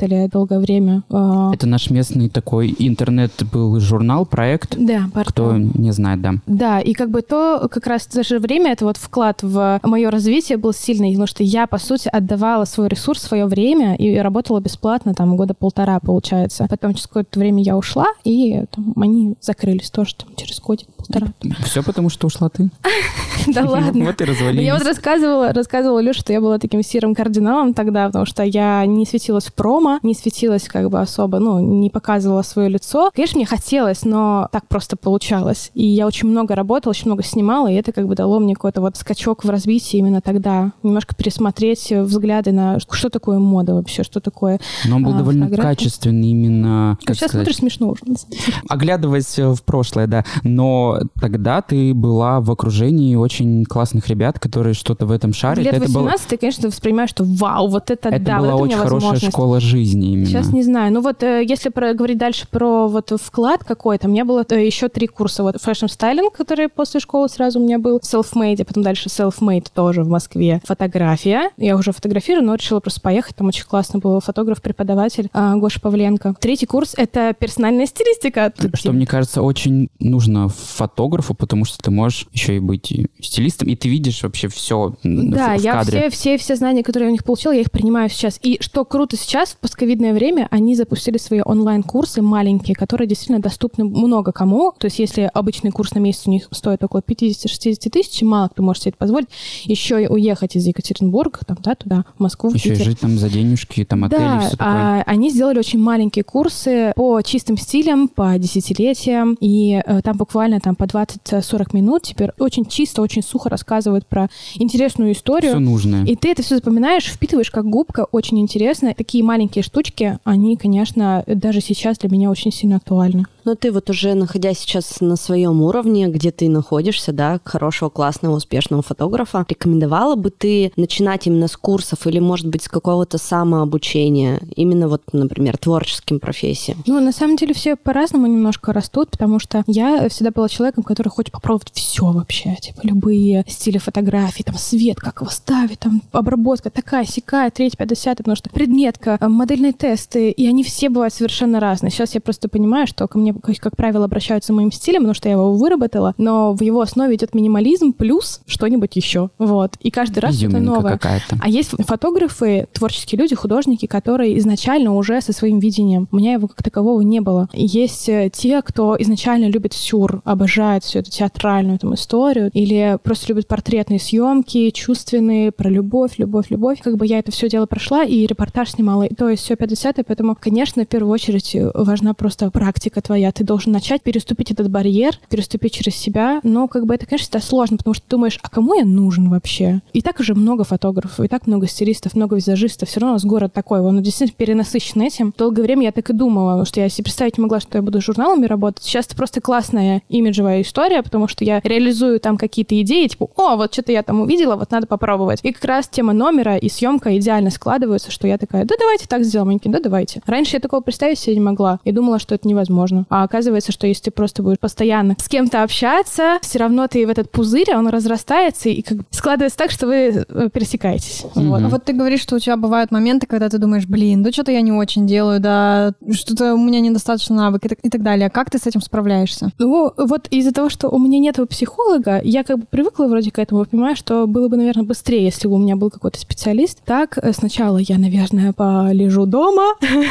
E: работали долгое время.
C: Это наш местный такой интернет был журнал, проект.
E: Да, портал.
C: Кто не знает, да.
E: Да, и как бы то, как раз в то же время, это вот вклад в мое развитие был сильный, потому что я, по сути, отдавала свой ресурс, свое время и работала бесплатно, там, года полтора, получается. Потом через какое-то время я ушла, и там, они закрылись тоже там, через годик-полтора.
C: Все потому, что ушла ты?
E: Да ладно.
C: Вот и развалились.
E: Я вот рассказывала, рассказывала Лёше, что я была таким серым кардиналом тогда, потому что я не светилась в промо, не светилась как бы особо, ну, не показывала свое лицо. Конечно, мне хотелось, но так просто получалось. И я очень много работала, очень много снимала, и это как бы дало мне какой-то вот скачок в развитии именно тогда. Немножко пересмотреть взгляды на что такое мода вообще, что такое.
C: Но он был а, довольно фотография. Качественный именно...
E: Как сейчас сказать, смотришь смешно уже.
C: Оглядываясь в прошлое, да. Но тогда ты была в окружении очень классных ребят, которые что-то в этом шарят.
E: Лет восемнадцать
C: было...
E: ты, конечно, воспринимаешь, что вау, вот это,
C: это
E: да,
C: была
E: вот это
C: очень хорошая школа жизни именно.
E: Сейчас не знаю. Ну вот, если про, говорить дальше про вот вклад какой-то, у меня было еще три курса. Вот фэшн-стайлинг, который после школы сразу у меня был, self-made, а потом дальше self-made тоже в Москве. Фотография. Я уже фотографирую, но решила просто поехать. Там очень классно был фотограф-преподаватель Гоша Павленко. Третий курс — это персональная стилистика.
C: Что, мне кажется, очень нужно фотографу, потому что ты можешь еще и быть стилистом, и ты видишь вообще все
E: да,
C: в, в
E: я
C: кадре.
E: все, все, все знания, которые я у них получила, я их принимаю сейчас. И что круто сейчас, в постковидное время, они запустили свои онлайн-курсы маленькие, которые действительно доступны много кому. То есть если обычный курс на месяц у них стоит около пятьдесят-шестьдесят тысяч, мало кто может себе это позволить, еще и уехать из Екатеринбурга, там, да, туда, в Москву, в
C: еще
E: Питер.
C: и жить там за денежки, там отели,
E: да,
C: все такое.
E: А, они сделали очень маленькие курсы по чистым стилям, по десятилетиям, и э, там буквально там по двадцать-сорок минут теперь очень чисто, очень сухо рассказывают про интересную историю.
C: Все нужное.
E: И ты это все запоминаешь, впитываешь как губка, очень интересно. Такие маленькие штучки, они, конечно, даже сейчас для меня очень сильно актуальны.
D: Но ты вот уже, находясь сейчас на своем уровне, где ты находишься, да, хорошего, классного, успешного фотографа, рекомендовала бы ты начинать именно с курсов или, может быть, с какого-то самообучения, именно вот, например, творческим профессиям?
E: Ну, на самом деле все по-разному немножко растут, потому что я всегда была человеком, который хочет попробовать все вообще, типа любые стили фотографий, там свет, как его ставить, там обработка такая, сякая, третья, пятая, десятая, потому что предметка, модельные тесты, и они все бывают совершенно разные. Сейчас я просто понимаю, что ко мне, как правило, обращаются моим стилем, потому что я его выработала, но в его основе идет минимализм плюс что-нибудь еще. Вот. И каждый раз что-то новое.
C: Какая-то.
E: А есть фотографы, творческие люди, художники, которые изначально уже со своим видением. У меня его как такового не было. Есть те, кто изначально любит сюр, обожает всю эту театральную там историю, или просто любит портретные съемки, чувственные, про любовь, любовь, любовь. Как бы я это все дело прошла и репортаж снимала, и то есть все пятьдесят, поэтому, конечно, в первую очередь важна просто практика твоя. Ты должен начать переступить этот барьер, переступить через себя, но как бы это, конечно, это сложно, потому что ты думаешь, а кому я нужен вообще? И так уже много фотографов, и так много стилистов, много визажистов. Все равно у нас город такой, он действительно перенасыщен этим. Долгое время я так и думала, потому что я себе представить не могла, что я буду с журналами работать. Сейчас это просто классная имиджевая история, потому что я реализую там какие-то идеи, типа, о, вот что-то я там увидела, вот надо попробовать. И как раз тема номера и съемка идеально складываются, что я такая, да давайте так сделаем, Аньки, да давайте. Раньше я такого представить себе не могла и думала, что это невозможно. А оказывается, что если ты просто будешь постоянно с кем-то общаться, все равно ты в этот пузырь, он разрастается и как бы складывается так, что вы пересекаетесь.
B: Mm-hmm. Вот. А вот ты говоришь, что у тебя бывают моменты, когда ты думаешь, блин, да что-то я не очень делаю, да что-то у меня недостаточно навык и так, и так далее. Как ты с этим справляешься?
E: Ну, вот из-за того, что у меня нет психолога, я как бы привыкла вроде к этому, понимаю, что было бы, наверное, быстрее, если бы у меня был какой-то специалист. Так, сначала я, наверное, полежу дома,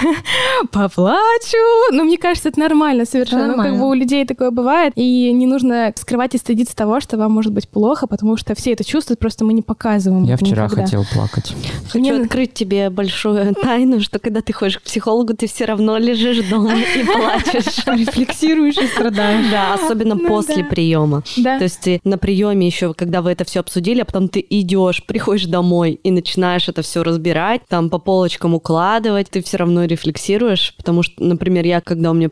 E: поплачу, но мне кажется, это нормально совершенно. Ну, как бы у людей такое бывает, и не нужно скрывать и стыдиться того, что вам может быть плохо, потому что все это чувствуют, просто мы не показываем.
C: Я вчера
E: никогда.
C: хотел плакать.
D: Хочу мне... открыть тебе большую тайну, что когда ты ходишь к психологу, ты все равно лежишь дома и плачешь.
E: Рефлексируешь и страдаешь.
D: Да, особенно после приема. То есть ты на приеме еще, когда вы это все обсудили, а потом ты идешь, приходишь домой и начинаешь это все разбирать, там по полочкам укладывать, ты все равно рефлексируешь, потому что, например, я, когда у меня прием у психолога,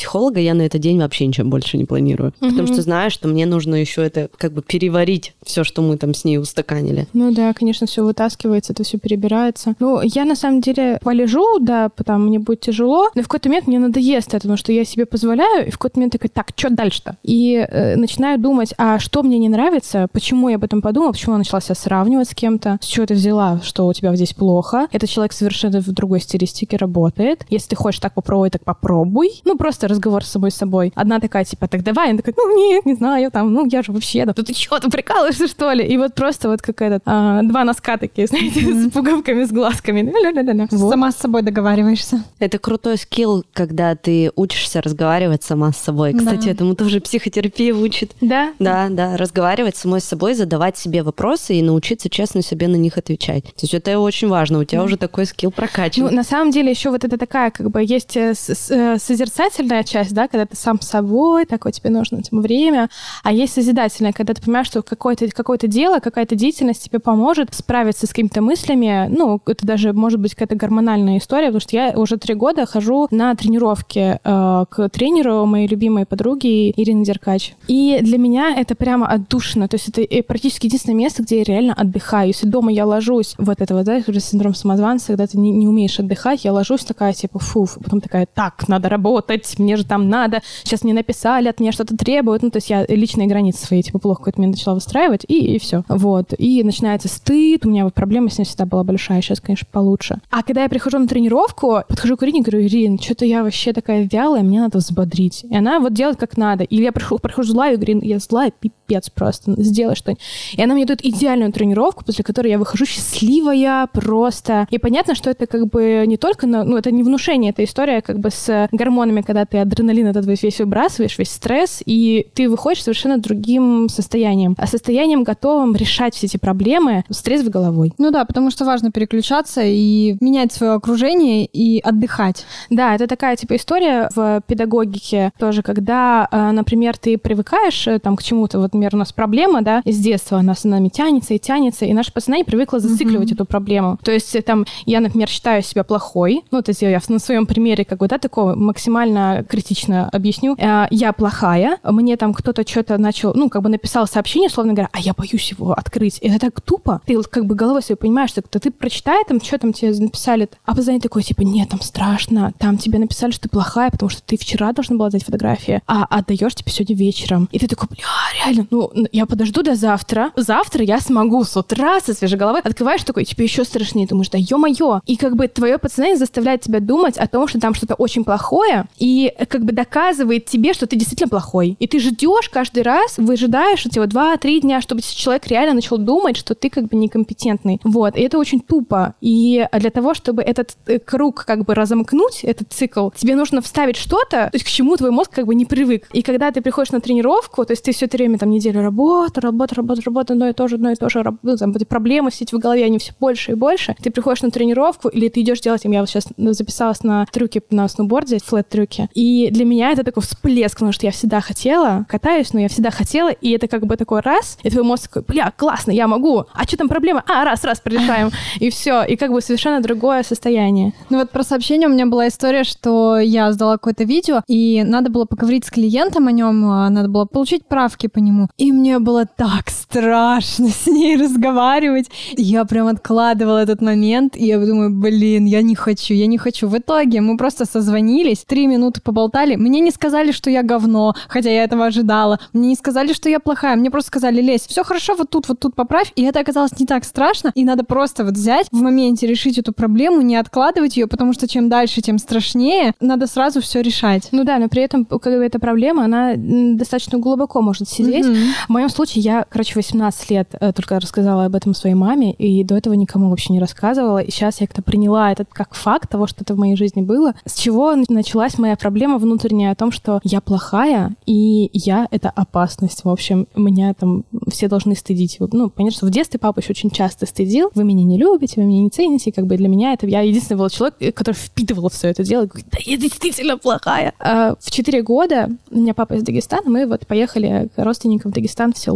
D: психолога, я на этот день вообще ничего больше не планирую. Mm-hmm. Потому что знаю, что мне нужно еще это как бы переварить, все, что мы там с ней устаканили.
E: Ну да, конечно, все вытаскивается, это все перебирается. Ну, я на самом деле полежу, да, потому мне будет тяжело, но в какой-то момент мне надоест это, потому что я себе позволяю, и в какой-то момент такая, так, что дальше-то? И э, начинаю думать, а что мне не нравится, почему я об этом подумала, почему я начала себя сравнивать с кем-то, с чего ты взяла, что у тебя здесь плохо. Этот человек совершенно в другой стилистике работает. Если ты хочешь так попробовать, так попробуй. Ну, просто разговор с собой с собой. Одна такая, типа, так давай. Она такая, ну, нет, не знаю, там, ну, я же вообще, да, ты что, ты прикалываешься, что ли? И вот просто вот как этот, а, два носка такие, знаете, mm-hmm. с пуговками, с глазками. Вот.
A: Сама с собой договариваешься.
D: Это крутой скилл, когда ты учишься разговаривать сама с собой. Кстати, да. этому тоже психотерапия учит.
E: Да?
D: Да, да, разговаривать самой с собой, задавать себе вопросы и научиться честно себе на них отвечать. То есть это очень важно, у тебя mm-hmm. уже такой скилл прокачан.
E: Ну, на самом деле еще вот это такая, как бы, есть созерцательная часть, да, когда ты сам с собой, такое тебе нужно этому время, а есть созидательная, когда ты понимаешь, что какое-то, какое-то дело, какая-то деятельность тебе поможет справиться с какими-то мыслями, ну, это даже может быть какая-то гормональная история, потому что я уже три года хожу на тренировки э, к тренеру моей любимой подруги Ирины Деркач. И для меня это прямо отдушина, то есть это практически единственное место, где я реально отдыхаю. Если дома я ложусь, вот это вот, да, синдром самозванца, когда ты не, не умеешь отдыхать, я ложусь такая, типа, фу, потом такая, так, надо работать, мне же там надо, сейчас мне написали, от меня что-то требуют, ну, то есть я личные границы свои, типа, плохо какой-то момент начала выстраивать, и, и все. Вот. И начинается стыд, у меня вот проблема с ним всегда была большая, сейчас, конечно, получше. А когда я прихожу на тренировку, подхожу к Ирине и говорю, Ирин, что-то я вообще такая вялая, мне надо взбодрить. И она вот делает как надо. Или я прихожу, прихожу злая и говорю, я злая, пипец просто, сделай что-нибудь. И она мне дает идеальную тренировку, после которой я выхожу счастливая просто. И понятно, что это как бы не только, на, ну, это не внушение, это история как бы с гормонами, когда ты адреналин этот весь выбрасываешь, весь стресс, и ты выходишь совершенно другим состоянием. А состоянием готовым решать все эти проблемы с трезвой головой.
A: Ну да, потому что важно переключаться и менять свое окружение и отдыхать.
E: Да, это такая типа история в педагогике тоже, когда, например, ты привыкаешь там к чему-то, вот, например, у нас проблема, да, из детства она с нами тянется и тянется, и наше подсознание привыкло зацикливать mm-hmm. эту проблему. То есть там я, например, считаю себя плохой, ну, то есть я на своем примере как бы, да, такого максимально критично объясню. Я плохая, мне там кто-то что-то начал, ну, как бы написал сообщение, условно говоря, а я боюсь его открыть. И это так тупо. Ты как бы головой себе понимаешь, что ты прочитай там, что там тебе написали, а подсознание такое, типа, нет, там страшно, там тебе написали, что ты плохая, потому что ты вчера должна была дать фотографии, а отдаешь тебе сегодня вечером. И ты такой, бля, реально, ну, я подожду до завтра. Завтра я смогу с утра со свежей головой. Открываешь такой, тебе еще страшнее, думаешь, да ё-моё. И как бы твое подсознание заставляет тебя думать о том, что там что-то очень плохое, и как бы доказывает тебе, что ты действительно плохой. И ты ждешь каждый раз, выжидаешь эти вот два-три дня, чтобы человек реально начал думать, что ты как бы некомпетентный. Вот. И это очень тупо. И для того, чтобы этот круг как бы разомкнуть, этот цикл, тебе нужно вставить что-то, то есть к чему твой мозг как бы не привык. И когда ты приходишь на тренировку, то есть ты все это время там неделю работа, работа, работа, работа, одно и то же, одно и то же, ну, там, эти проблемы сидеть в голове, они все больше и больше. Ты приходишь на тренировку, или ты идешь делать, я вот сейчас записалась на трюки на сноуборде, флэт-трюки, и для меня это такой всплеск, потому что я всегда хотела, катаюсь, но я всегда хотела, и это как бы такой раз, и твой мозг такой, бля, классно, я могу, а что там проблема? А, раз, раз, прорешаем, и все, и как бы совершенно другое состояние.
A: Ну вот про сообщение у меня была история, что я сдала какое-то видео, и надо было поговорить с клиентом о нем, надо было получить правки по нему, и мне было так страшно с ней разговаривать. Я прям откладывала этот момент, и я думаю, блин, я не хочу, я не хочу. В итоге мы просто созвонились, три минуты поболтали, мне не сказали, что я говно, хотя я этого ожидала, мне не сказали, что я плохая, мне просто сказали, Лесь, все хорошо, вот тут, вот тут поправь, и это оказалось не так страшно, и надо просто вот взять в моменте, решить эту проблему, не откладывать ее, потому что чем дальше, тем страшнее, надо сразу все решать.
E: Ну да, но при этом, как бы, эта проблема, она достаточно глубоко может сидеть. Mm-hmm. В моем случае я, короче, восемнадцать лет только рассказала об этом своей маме, и до этого никому вообще не рассказывала, и сейчас я как-то приняла этот как факт того, что это в моей жизни было, с чего началась моя проблема внутренняя о том, что я плохая, и я — это опасность. В общем, меня там все должны стыдить. Ну, понятно, что в детстве папа еще очень часто стыдил. Вы меня не любите, вы меня не цените. И как бы для меня это... Я единственный был человек, который впитывал все это дело. И говорит, да я действительно плохая. А в четыре года у меня папа из Дагестана, мы вот поехали к родственникам в Дагестан в село.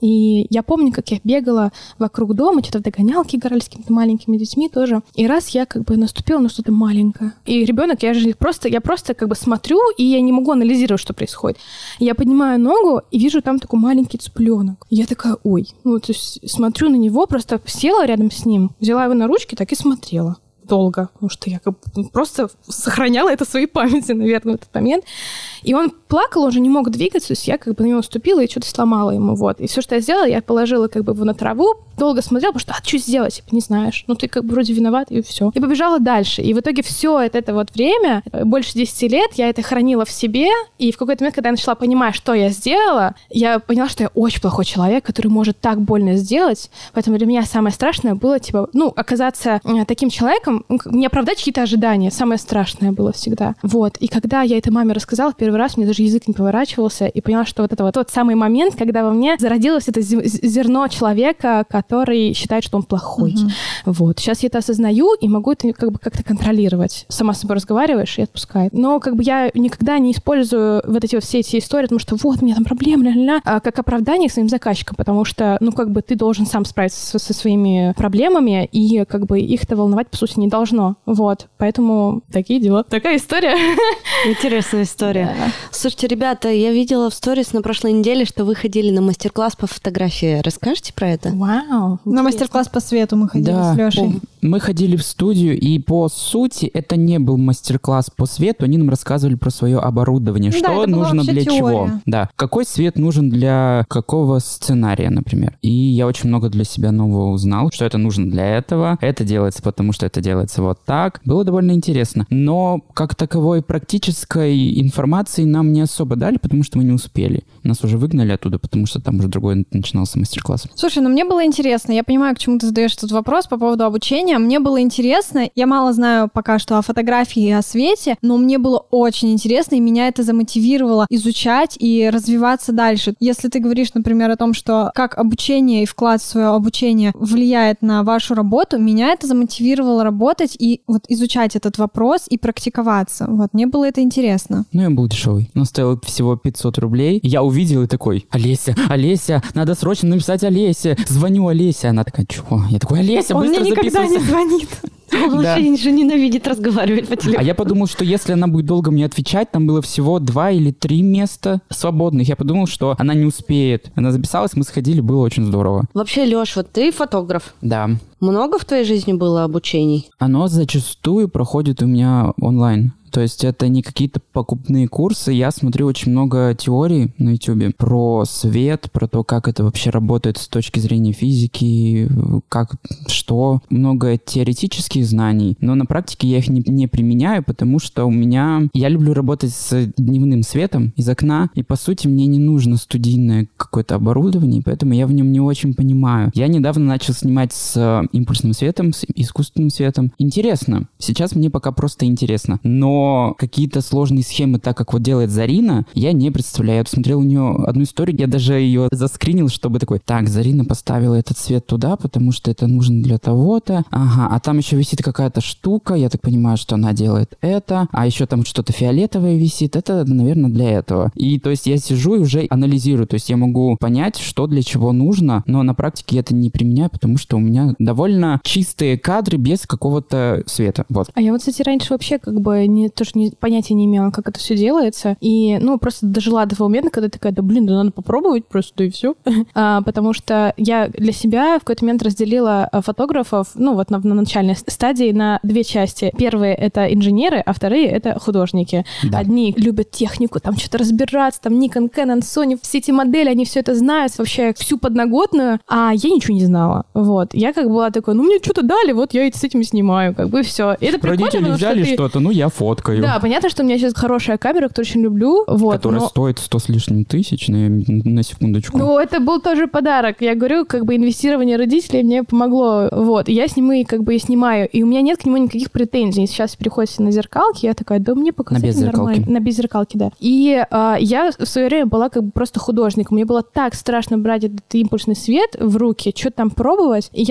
E: И я помню, как я бегала вокруг дома, что-то в догонялке играли с какими-то маленькими детьми тоже. И раз я как бы наступила на что-то маленькое. И ребенок, я же просто, я просто как бы смотрю, и я не могу анализировать, что происходит. Я поднимаю ногу и вижу там такой маленький цыпленок. И я такая, ой. Ну, то есть смотрю на него, просто села рядом с ним, взяла его на ручки, так и смотрела. Долго, потому что я как бы просто сохраняла это в своей памяти, наверное, в этот момент. И он плакал, он уже не мог двигаться, то есть я как бы на него наступила и что-то сломала ему, вот. И все, что я сделала, я положила как бы его на траву, долго смотрела, потому что, а что сделать, типа, не знаешь, ну ты как бы вроде виноват, и все. И побежала дальше. И в итоге все это, это вот время, больше десяти лет, я это хранила в себе, и в какой-то момент, когда я начала понимать, что я сделала, я поняла, что я очень плохой человек, который может так больно сделать, поэтому для меня самое страшное было, типа, ну, оказаться таким человеком, не оправдать чьи-то ожидания, самое страшное было всегда. Вот. И когда я это маме рассказала в первый раз, мне даже язык не поворачивался, и поняла, что вот это вот тот самый момент, когда во мне зародилось это зерно человека, который считает, что он плохой. Mm-hmm. Вот. Сейчас я это осознаю и могу это как бы как-то контролировать. Сама с собой разговариваешь и отпускает. Но как бы я никогда не использую вот эти вот все эти истории, потому что вот, у меня там проблемы, ля-ля-ля, а как оправдание к своим заказчикам, потому что, ну, как бы ты должен сам справиться со, со своими проблемами, и как бы их-то волновать, по сути, не должно. Вот. Поэтому такие дела. Такая история.
D: Интересная история. Да. Слушайте, ребята, я видела в сторис на прошлой неделе, что вы ходили на мастер-класс по фотографии. Расскажите про это?
E: Вау.
A: На мастер-класс по свету мы ходили
C: да,
A: с Лешей.
C: Мы ходили в студию, и по сути это не был мастер-класс по свету. Они нам рассказывали про свое оборудование, да, что нужно для теория. Чего. Да, какой свет нужен для какого сценария, например. И я очень много для себя нового узнал, что это нужно для этого. Это делается потому, что это делается вот так. Было довольно интересно. Но как таковой практической информации нам не особо дали, потому что мы не успели. Нас уже выгнали оттуда, потому что там уже другой начинался мастер-класс.
A: Слушай, ну мне было интересно. Я понимаю, к чему ты задаешь этот вопрос по поводу обучения. Мне было интересно. Я мало знаю пока что о фотографии и о свете, но мне было очень интересно, и меня это замотивировало изучать и развиваться дальше. Если ты говоришь, например, о том, что как обучение и вклад в свое обучение влияет на вашу работу, меня это замотивировало работать и вот изучать этот вопрос и практиковаться. Вот, мне было это интересно.
C: Ну, я был дешевый. Он стоил всего пятьсот рублей. Я увидел и такой, Олеся, Олеся, надо срочно написать Олесе. Звоню Олесе. Она такая, чего? Я такой, Олеся, быстро записывайся.
A: Он мне никогда не звонит.
D: Он вообще же ненавидит разговаривать по телефону.
C: А я подумал, что если она будет долго мне отвечать, там было всего два или три места свободных. Я подумал, что она не успеет. Она записалась, мы сходили, было очень здорово.
D: Вообще, Лёш, вот ты фотограф.
C: Да.
D: Много в твоей жизни было обучений?
C: Оно зачастую проходит у меня онлайн. То есть это не какие-то покупные курсы. Я смотрю очень много теорий на YouTube про свет, про то, как это вообще работает с точки зрения физики, как, что. Много теоретических знаний, но на практике я их не, не применяю, потому что у меня... Я люблю работать с дневным светом из окна, и, по сути, мне не нужно студийное какое-то оборудование, поэтому я в нем не очень понимаю. Я недавно начал снимать с импульсным светом, с искусственным светом. Интересно. Сейчас мне пока просто интересно. Но какие-то сложные схемы, так как вот делает Зарина, я не представляю. Я посмотрел у нее одну историю, я даже ее заскринил, чтобы такой, так, Зарина поставила этот цвет туда, потому что это нужно для того-то. Ага, а там еще висит какая-то штука, я так понимаю, что она делает это, а еще там что-то фиолетовое висит, это, наверное, для этого. И то есть я сижу и уже анализирую, то есть я могу понять, что для чего нужно, но на практике я это не применяю, потому что у меня довольно чистые кадры без какого-то света. Вот.
E: А я вот, кстати, раньше вообще как бы не тоже не, понятия не имела, как это все делается. И, ну, просто дожила до того момента, когда такая, да блин, да надо попробовать просто, да и все. а, потому что я для себя в какой-то момент разделила фотографов, ну, вот на, на начальной стадии на две части. Первые — это инженеры, а вторые — это художники. Да. Одни любят технику, там что-то разбираться, там Nikon, Canon, Sony, все эти модели, они все это знают, вообще всю подноготную, а я ничего не знала. Вот. Я как была такой, ну, мне что-то дали, вот я с этим снимаю, как бы, и все. И это прикольно,
C: родители взяли
E: что ты...
C: что-то, ну, я фоткаю.
E: Да, понятно, что у меня сейчас хорошая камера, которую очень люблю. Вот,
C: которая но... стоит сто с лишним тысяч, на, на секундочку.
E: Ну, это был тоже подарок. Я говорю, как бы инвестирование родителей мне помогло. Вот, я с ним и как бы и снимаю. И у меня нет к нему никаких претензий. Сейчас переходите на зеркалки, я такая, да мне показать
C: на беззеркалке.
E: Нормально. На беззеркалке, да. И а, я в свое время была как бы просто художником. Мне было так страшно брать этот импульсный свет в руки, что-то там пробовать. И я начала просто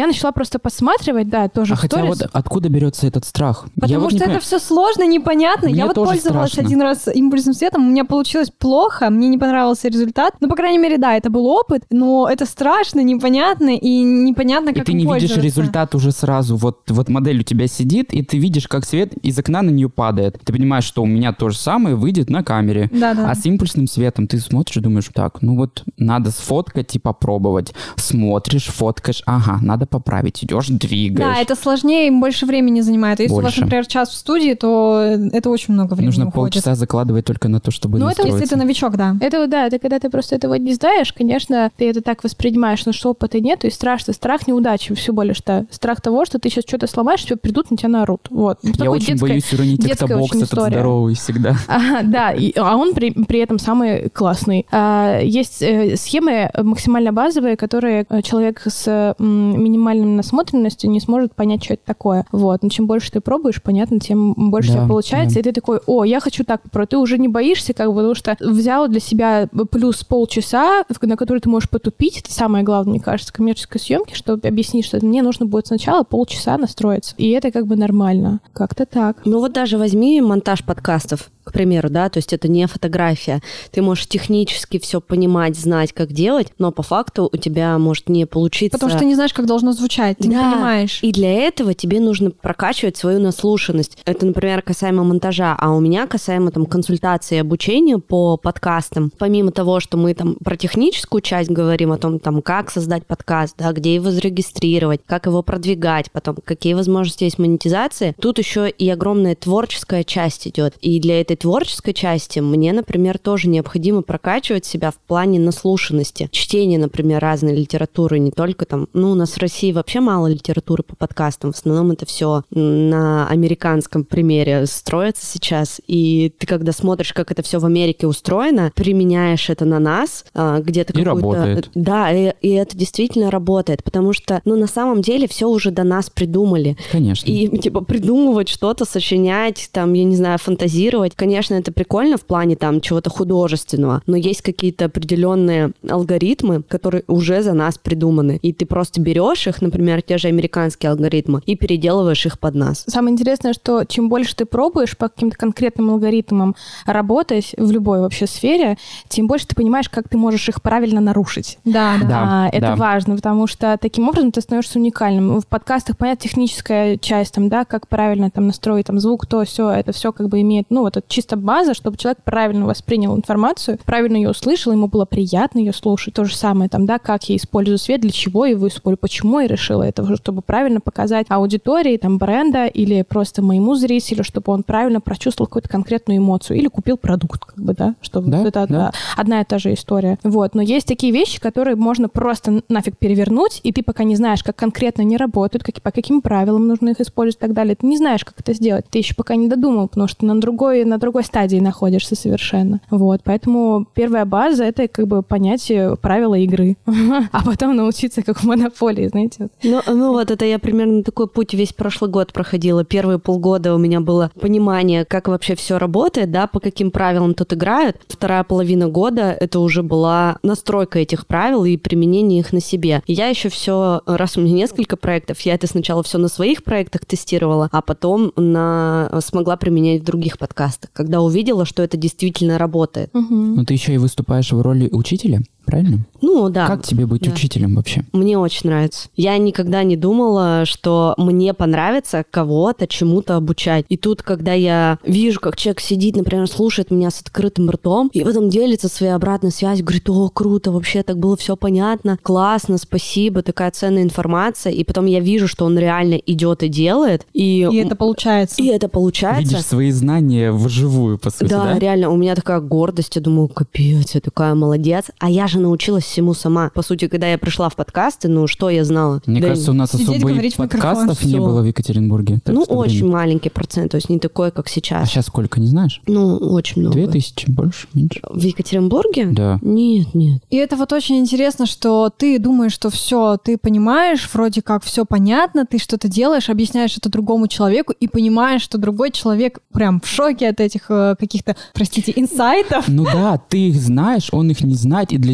E: просто посматривать, да, тоже
C: а
E: в
C: хотя
E: сторис.
C: вот откуда берется этот страх?
A: Потому
C: Я вот
A: что
C: не
A: это
C: понимаю.
A: все сложно, непонятно.
C: Мне
A: Я вот
C: тоже
A: пользовалась
C: страшно.
A: один раз импульсным светом, у меня получилось плохо, мне не понравился результат. Ну, по крайней мере, да, это был опыт, но это страшно, непонятно и непонятно,
C: И
A: как
C: ты
A: им
C: не видишь
A: пользоваться.
C: результат уже сразу. Вот, вот модель у тебя сидит, и ты видишь, как свет из окна на нее падает. Ты понимаешь, что у меня то же самое выйдет на камере.
A: Да, да.
C: А с импульсным светом ты смотришь и думаешь, так, ну вот надо сфоткать и попробовать. Смотришь, фоткаешь, ага, надо поправить, идешь, двигаешь.
A: Да, это сложнее и больше времени занимает. Если
C: Больше.
A: у вас, например, час в студии, то это очень много времени
C: Нужно
A: уходит.
C: полчаса закладывать только на то, чтобы
E: Ну, это
C: настроиться.
A: Если ты новичок, да.
E: Это вот, да, это когда ты просто этого не знаешь, конечно, ты это так воспринимаешь, но что опыта нет, и страшно. Страх неудачи, всего лишь, да. Страх того, что ты сейчас что-то сломаешь, тебе придут, на тебя наорут. Вот. Ну,
C: Я
E: такой
C: очень
E: детская-
C: боюсь уронить
E: детская
C: октобокс,
E: очень
C: этот
E: история.
C: здоровый всегда.
E: Ага, да, и- а он при, при этом самый классный. А, есть э, схемы максимально базовые, которые э, человек с м, минимальной насмотренностью не сможет понять, что это такое. Вот. Но чем больше ты пробуешь, понятно, тем больше
C: Да,
E: у тебя получается.
C: да.
E: И ты такой, о, я хочу так попробовать. Ты уже не боишься, как бы, потому что взял для себя плюс полчаса, в- на который ты можешь потупить. Это самое главное, мне кажется, коммерческой съемки, чтобы объяснить, что мне нужно будет сначала полчаса настроиться. И это как бы нормально. Как-то так.
D: Ну вот даже возьми монтаж подкастов, к примеру, да, то есть это не фотография. Ты можешь технически все понимать, знать, как делать, но по факту у тебя может не получиться.
A: Потому что ты не знаешь, как должно звучать, ты не
D: Да.
A: понимаешь.
D: И для этого тебе нужно прокачивать свою наслушанность. Это, например, касаемо монтажа, а у меня касаемо там консультации и обучения по подкастам. Помимо того, что мы там про техническую часть говорим, о том, там, как создать подкаст, да, где его зарегистрировать, как его продвигать, потом какие возможности есть монетизации, тут еще и огромная творческая часть идет. И для этой творческой части мне, например, тоже необходимо прокачивать себя в плане наслушанности. Чтение, например, разной литературы, не только там, ну, у нас в России вообще мало литературы по подкастам, в основном это все на американском примере строится сейчас, и ты, когда смотришь, как это все в Америке устроено, применяешь это на нас, а, где-то
C: И
D: какую-то...
C: работает.
D: Да, и, и это действительно работает, потому что, ну, на самом деле все уже до нас придумали.
C: Конечно.
D: И, типа, придумывать что-то, сочинять, там, я не знаю, фантазировать. Конечно, это прикольно в плане, там, чего-то художественного, но есть какие-то определенные алгоритмы, которые уже за нас придуманы. И ты просто берешь их, например, те же американские алгоритмы, и переделываешь их под нас.
E: Самое интересное, что чем больше ты пробуешь по каким-то конкретным алгоритмам работать в любой вообще сфере, тем больше ты понимаешь, как ты можешь их правильно нарушить.
A: Да, да.
C: Да,
E: А, это
C: да.
E: важно, потому что таким образом ты становишься уникальным. В подкастах, понятно, техническая часть, там, да, как правильно там настроить там, звук, то, все, это все как бы имеет, ну, вот это чисто база, чтобы человек правильно воспринял информацию, правильно ее услышал, ему было приятно ее слушать. То же самое, там, да, как я использую свет, для чего я его использую, почему я решила это, чтобы правильно показать аудитории, там, бренда или просто моему зрителю, чтобы он правильно прочувствовал какую-то конкретную эмоцию или купил продукт, как бы, да, чтобы
C: Да,
E: это
C: да.
E: одна и та же история. Вот. Но есть такие вещи, которые можно просто нафиг перевернуть, и ты пока не знаешь, как конкретно они работают, как, по каким правилам нужно их использовать и так далее. Ты не знаешь, как это сделать. Ты еще пока не додумал, потому что на другой, на другой стадии находишься совершенно. Вот. Поэтому первая база — это как бы понятие правила игры. А потом научиться как в монополии, знаете.
D: Ну, ну вот это я примерно такой путь весь прошлый год проходила. Первые полгода у меня было понимание, как вообще все работает, да, по каким правилам тут играют. Вторая половина года это уже была настройка этих правил и применение их на себе. И я еще все, раз у меня несколько проектов, я это сначала все на своих проектах тестировала, а потом на, смогла применять в других подкастах, когда увидела, что это действительно работает.
C: Но ты еще и выступаешь в роли учителя, правильно?
D: Ну да.
C: Как тебе быть
D: да.
C: учителем вообще?
D: Мне очень нравится. Я никогда не думала, что мне понравится кого-то чему-то обучать. И тут, когда я вижу, как человек сидит, например, слушает меня с открытым ртом, и потом делится своей обратной связью, говорит: о, круто, вообще так было все понятно, классно, спасибо, такая ценная информация. И потом я вижу, что он реально идет и делает. И,
A: И это получается.
D: и это получается.
C: Видишь свои знания вживую, по сути, да?
D: Да, реально, у меня такая гордость, я думаю, капец, я такая молодец. А я же научилась всему сама. По сути, когда я пришла в подкасты, ну, что я знала?
C: Мне
D: Да
C: кажется, у нас
A: сидеть,
C: особо и
A: говорить в микрофон,
C: подкастов не
D: всё.
C: было в Екатеринбурге. так
D: Ну,
C: в то
D: очень
C: время.
D: маленький процент, то есть не такой, как
C: А
D: сейчас.
C: сейчас сколько, не знаешь?
D: Ну, очень много.
C: Две тысячи? Больше? Меньше?
D: В Екатеринбурге?
C: Да.
D: Нет, нет.
A: И это вот очень интересно, что ты думаешь, что все, ты понимаешь, вроде как все понятно, ты что-то делаешь, объясняешь это другому человеку и понимаешь, что другой человек прям в шоке от этих э, каких-то, простите, инсайтов.
C: Ну да, ты их знаешь, он их не знает, и для,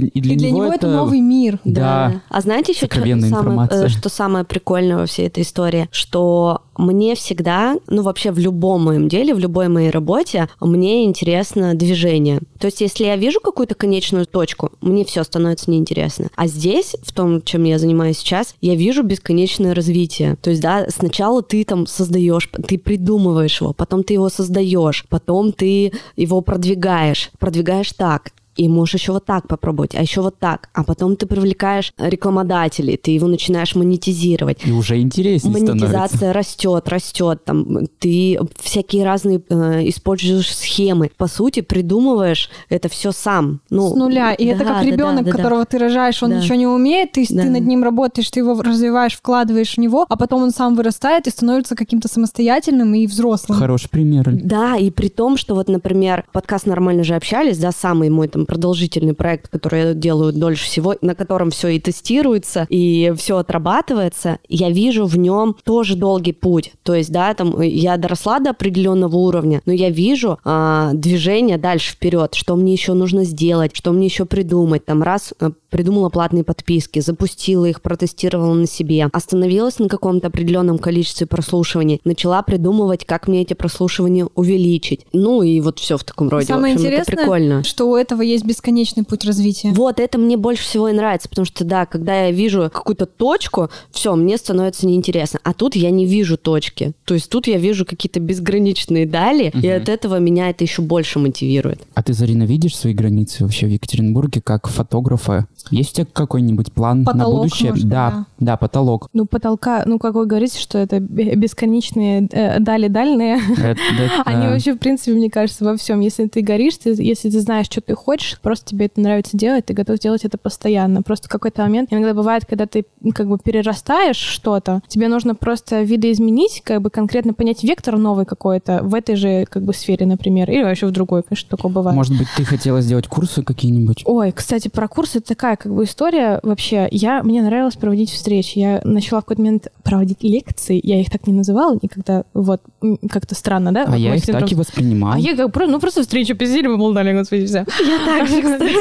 C: и для,
A: и для
C: него,
A: него
C: это...
A: это новый мир.
C: Да.
D: Да. А знаете еще, что
C: Сокровенная
D: самое,
C: информация.
D: э, что самое прикольное во всей этой истории? Что мне всегда, ну вообще в любом моем деле, в любой моей работе, мне интересно движение. То есть если я вижу какую-то конечную точку, мне все становится неинтересно. А здесь, в том, чем я занимаюсь сейчас, я вижу бесконечное развитие. То есть, да, сначала ты там создаешь, ты придумываешь его, потом ты его создаешь, потом ты его продвигаешь, продвигаешь так. И можешь еще вот так попробовать, а еще вот так. А потом ты привлекаешь рекламодателей, ты его начинаешь монетизировать.
C: И уже интереснее
D: Монетизация
C: становится.
D: растет, растет. Там, ты всякие разные э, используешь схемы. По сути, придумываешь это все сам. Ну,
A: с нуля. И
D: да,
A: это как
D: да,
A: ребенок,
D: да, да,
A: которого
D: да.
A: ты рожаешь, он
D: Да.
A: ничего не умеет, ты,
D: Да.
A: ты над ним работаешь, ты его развиваешь, вкладываешь в него, а потом он сам вырастает и становится каким-то самостоятельным и взрослым.
C: Хороший пример.
D: Да, и при том, что вот, например, подкаст «Нормально же общались», да, самый мой там продолжительный проект, который я делаю дольше всего, на котором все и тестируется, и все отрабатывается, я вижу в нем тоже долгий путь. То есть, да, там я доросла до определенного уровня, но я вижу а, движение дальше вперед, что мне еще нужно сделать, что мне еще придумать. Там раз а, придумала платные подписки, запустила их, протестировала на себе, остановилась на каком-то определенном количестве прослушиваний, начала придумывать, как мне эти прослушивания увеличить. Ну и вот все в таком роде.
A: Самое
D: в общем,
A: интересное,
D: это прикольно.
A: что у этого есть бесконечный путь развития.
D: Вот, это мне больше всего и нравится, потому что, да, когда я вижу какую-то точку, все, мне становится неинтересно. А тут я не вижу точки. То есть тут я вижу какие-то безграничные дали,
C: Мгм.
D: и от этого меня это еще больше мотивирует.
C: А ты, Зарина, видишь свои границы вообще в Екатеринбурге как фотографа? Есть у тебя какой-нибудь план на
A: Потолок,
C: будущее?
A: может быть,
C: да,
A: да.
C: да, потолок.
E: Ну, потолка, ну, как вы говорите, что это бе- бесконечные э, дали-дальные.
C: Это- это-
E: Они вообще, в принципе, мне кажется, во всем. Если ты горишь, ты, если ты знаешь, что ты хочешь, просто тебе это нравится делать, ты готов делать это постоянно. Просто в какой-то момент, иногда бывает, когда ты ну, как бы перерастаешь что-то, тебе нужно просто видоизменить, как бы конкретно понять вектор новый какой-то в этой же как бы сфере, например, или вообще в другой, конечно, такое бывает.
C: Может быть, ты хотела сделать курсы какие-нибудь?
E: Ой, кстати, про курсы такая как бы история вообще. Я, мне нравилось проводить встречи. Я начала в какой-то момент проводить лекции. Я их так не называла никогда. Вот, м, как-то странно, да?
C: А я
E: Мой
C: их
E: синдром-
C: так и воспринимал.
E: А я как просто, ну просто встречу посидели, поболтали, господи, все.
D: Я так же, кстати.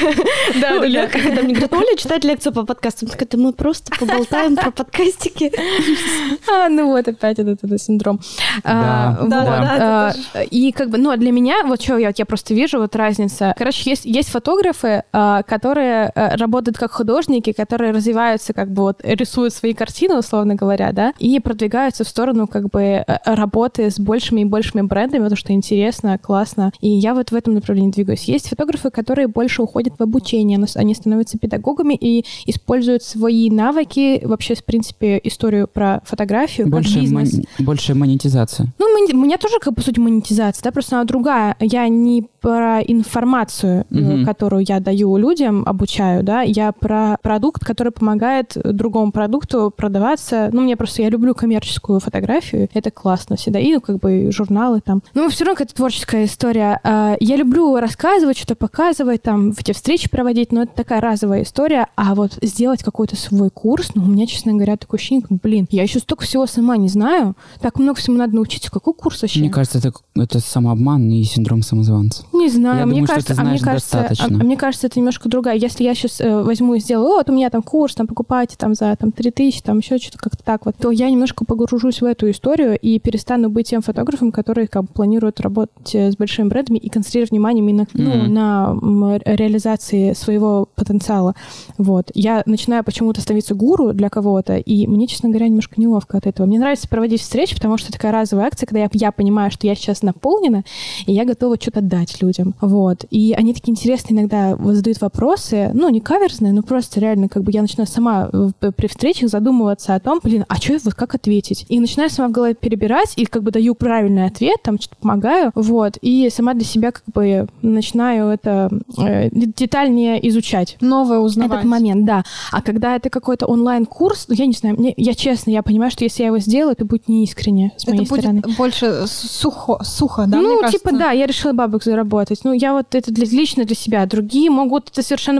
E: Да,
D: Ну,
E: да,
D: я,
E: да.
D: когда мне говорят, Оля, читать лекцию по подкастам, так это мы просто поболтаем про подкастики.
E: А, ну вот опять этот, этот синдром. А,
C: Да,
E: вот,
C: да.
E: а, И как бы, ну, а для меня, вот что я, я просто вижу, вот разница. Короче, есть, есть фотографы, а, которые а, работают как художники, которые развиваются, как бы вот рисуют свои картины, условно говоря, да, и продвигаются в сторону как бы а, работы с большими и большими брендами, потому что интересно, классно. И я вот в этом направлении двигаюсь. Есть фотографы, которые больше уходят в обучение, но они становятся педагогами и используют свои навыки, вообще, в принципе, историю про фотографию,
C: Больше,
E: как бизнес.
C: мон- больше монетизация.
E: Ну, мони- у меня тоже, как по сути, монетизация, да, просто она другая. Я не про информацию, э,
C: Мгм.
E: которую я даю людям, обучаю, да, я про продукт, который помогает другому продукту продаваться. Ну, мне просто, я люблю коммерческую фотографию, это классно всегда, и, ну, как бы, журналы там. Ну, все равно какая-то творческая история. А, Я люблю рассказывать, что-то показывать, там, эти встречи проводить, но это такая разовая история, а вот сделать какой-то свой курс, ну, у меня, честно говоря, такое ощущение, как, блин, я еще столько всего сама не знаю, так много всему надо научиться, какой курс вообще?
C: Мне кажется, это, это самообман и синдром самозванца.
E: Не знаю,
C: Я
E: мне
C: думаю, что
E: кажется,
C: ты
E: а мне
C: знаешь
E: кажется, а,
C: достаточно.
E: а мне кажется, это немножко другая. Если я сейчас э, возьму и сделаю, вот у меня там курс, там покупайте там за там три тысячи, там еще что-то как-то так вот, то я немножко погружусь в эту историю и перестану быть тем фотографом, который как бы планирует работать э, с большими брендами и концентрировать внимание именно ну,
C: Мгм.
E: на м, реализации своего потенциала. Вот. Я начинаю почему-то становиться гуру для кого-то, и мне, честно говоря, немножко неловко от этого. Мне нравится проводить встречи, потому что такая разовая акция, когда я, я понимаю, что я сейчас наполнена, и я готова что-то дать людям. Вот. И они такие интересные иногда вот задают вопросы, ну, не каверзные, но просто реально, как бы я начинаю сама в- при встречах задумываться о том, блин, а что, вот как ответить? И начинаю сама в голове перебирать, и как бы даю правильный ответ, там что-то помогаю, вот, и сама для себя как бы начинаю это э, детальнее изучать.
A: Новое узнавать.
E: Этот момент, да. А когда это какой-то онлайн-курс, ну, я не знаю, мне, я честно, я понимаю, что если я его сделаю, это будет неискренне с
A: Это
E: моей
A: будет
E: стороны.
A: больше сухо, сухо, да,
E: ну,
A: мне
E: типа,
A: кажется?
E: да, я решила бабок заработать. Ну, я вот это для, лично для себя. Другие могут это совершенно по-другому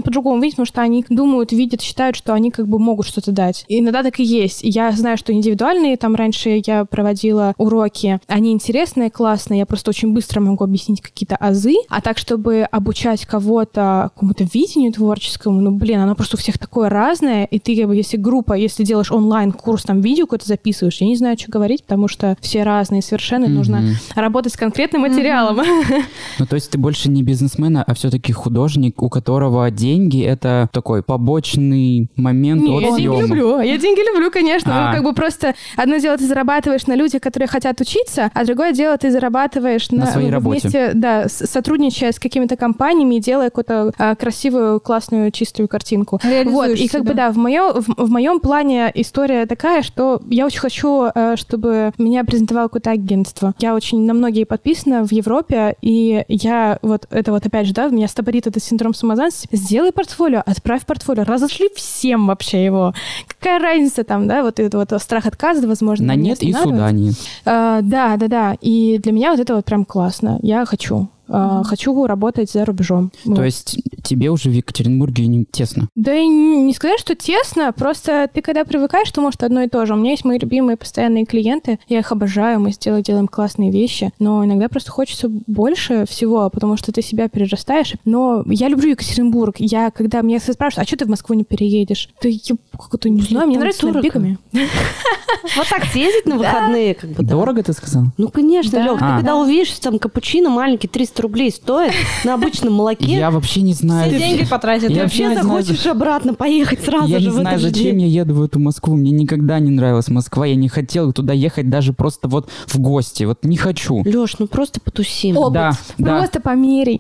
E: видеть, потому что они думают, видят, считают, что они как бы могут что-то дать. И иногда так и есть. Я знаю, что индивидуальные, там раньше я проводила уроки, они интересные, классные, я просто очень быстро могу объяснить какие-то азы, а так, чтобы обучать кого-то какому-то видению творческому, ну, блин, оно просто у всех такое разное, и ты, если группа, если делаешь онлайн-курс, там, видео какое-то записываешь, я не знаю, что говорить, потому что все разные совершенно, mm-hmm. нужно работать с конкретным материалом. Mm-hmm.
C: Ну, то есть ты больше не бизнесмен, а все-таки художник, у которого деньги — это такой побочный момент
E: не,
C: от
E: я
C: съемок.
E: деньги люблю, я деньги люблю, конечно.
C: А.
E: Ну, как бы просто одно дело ты зарабатываешь на людях, которые хотят учиться, а другое дело ты зарабатываешь на,
C: на своей
E: ну,
C: работе.
E: Вместе, да, сотрудничая с какими-то компаниями и делая какую-то а, красивую, классную, чистую картинку. Вот, и как себя. бы, да, в, моё, в, в моем плане история такая, что я очень хочу, чтобы меня презентовало какое-то агентство. Я очень на многие подписана в Европе, и я вот, это вот опять же, да, меня стопорит этот синдром самозванца. Сделай портфолио, отправь портфолио, разошли всем вообще его. Какая разница там, да, вот этот вот страх отказа, возможно.
C: На нет и суда нет.
E: А, да, да, да. И для меня вот это вот прям классно. Я хочу. Uh, хочу работать за рубежом.
C: То
E: вот.
C: есть тебе уже в Екатеринбурге не тесно?
E: Да и не сказать, что тесно, просто ты когда привыкаешь, то может одно и то же. У меня есть мои любимые постоянные клиенты, я их обожаю, мы сделаем, делаем классные вещи, но иногда просто хочется больше всего, потому что ты себя перерастаешь. Но я люблю Екатеринбург. Я, когда меня спрашивают, а что ты в Москву не переедешь? Да я как-то не знаю, мне нравится набегами.
D: Вот так съездить на выходные, как бы.
C: Дорого, ты сказал?
D: Ну, конечно, Лёх, ты когда увидишь, там капучино маленький, триста рублей стоит на обычном молоке.
C: Я вообще не знаю.
B: Все деньги потратят.
D: Ты вообще захочешь обратно поехать сразу же.
C: Я не знаю, зачем я еду в эту Москву. Мне никогда не нравилась Москва. Я не хотел туда ехать даже просто вот в гости. Вот не хочу.
D: Лёш, ну просто потусим.
C: Да,
E: просто померяй.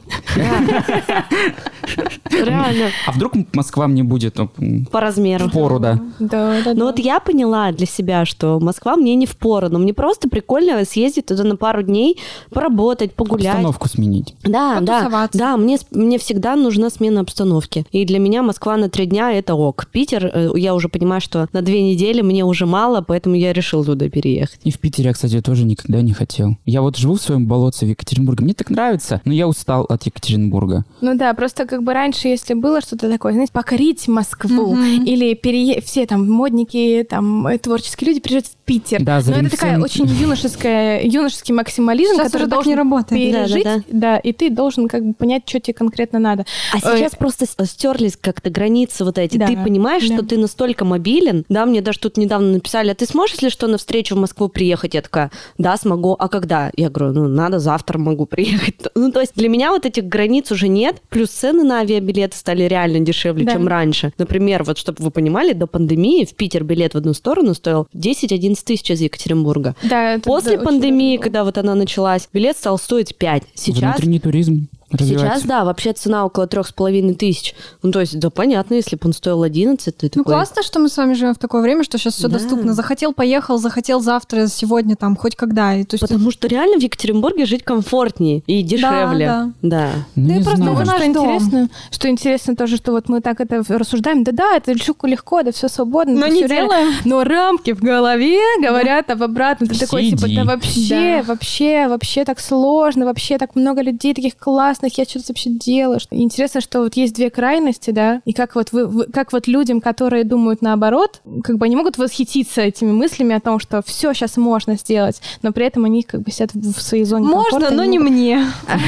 D: Реально.
C: А вдруг Москва мне будет
D: по размеру.
C: Впору, да.
E: Да, да.
D: Ну вот я поняла для себя, что Москва мне не впору, но мне просто прикольно съездить туда на пару дней, поработать, погулять.
C: Обстановку сменить.
D: Да, да. Да, мне, мне всегда нужна смена обстановки. И для меня Москва на три дня — это ок. Питер, я уже понимаю, что на две недели мне уже мало, поэтому я решил туда переехать.
C: И в Питере я, кстати, тоже никогда не хотел. Я вот живу в своем болотце в Екатеринбурге. Мне так нравится, но я устал от Екатеринбурга.
E: Ну да, просто как бы раньше, если было что-то такое, знаете, покорить Москву, mm-hmm. или переехать, все там модники, там творческие люди приезжают в Питер.
C: Да,
E: но это такая очень юношеская, юношеский максимализм,
B: сейчас
E: который
B: уже
E: должен
B: так не работает.
E: пережить,
D: да, да, да.
E: да, и ты должен как бы понять, что тебе конкретно надо.
D: А сейчас Ой. просто стерлись как-то границы вот эти. Да, ты понимаешь, да. что ты настолько мобилен. Да, мне даже тут недавно написали, а ты сможешь, если что, на встречу в Москву приехать? Я такая, да, смогу. А когда? Я говорю, ну, надо, завтра могу приехать. Ну, то есть для меня вот этих границ уже нет. Плюс цены на авиабилеты стали реально дешевле, да. чем раньше. Например, вот чтобы вы понимали, до пандемии в Питер билет в одну сторону стоил десять-одиннадцать тысяч из Екатеринбурга.
E: Да,
D: После да, пандемии, когда вот она началась, билет стал стоить пять. Сейчас...
C: Внутренний туризм.
D: Сейчас, да, вообще цена около трех с половиной тысяч. Ну, то есть, да, понятно, если бы он стоил одиннадцать, то это
B: Ну,
D: такой...
B: классно, что мы с вами живем в такое время, что сейчас все да. доступно. Захотел, поехал, захотел завтра, сегодня, там, хоть когда. И, то есть,
D: Потому что реально в Екатеринбурге жить комфортнее и дешевле.
B: Да, да.
D: да.
C: Ну,
B: да и просто
E: ну,
B: наш
E: что
B: дом.
E: интересно, что интересно тоже, что вот мы так это рассуждаем. Да-да, это легко, да, все свободно.
B: Но не
E: делаем.
B: реально.
E: Но рамки в голове говорят об обратном. Ты такой, типа, да вообще,
B: да.
E: вообще, вообще так сложно, вообще так много людей таких классных, я что-то вообще делаешь. Интересно, что вот есть две крайности, да, и как вот вы, вы, как вот людям, которые думают наоборот, как бы они могут восхититься этими мыслями о том, что все сейчас можно сделать, но при этом они как бы сидят в своей зоне комфорта.
B: Можно, но не мне.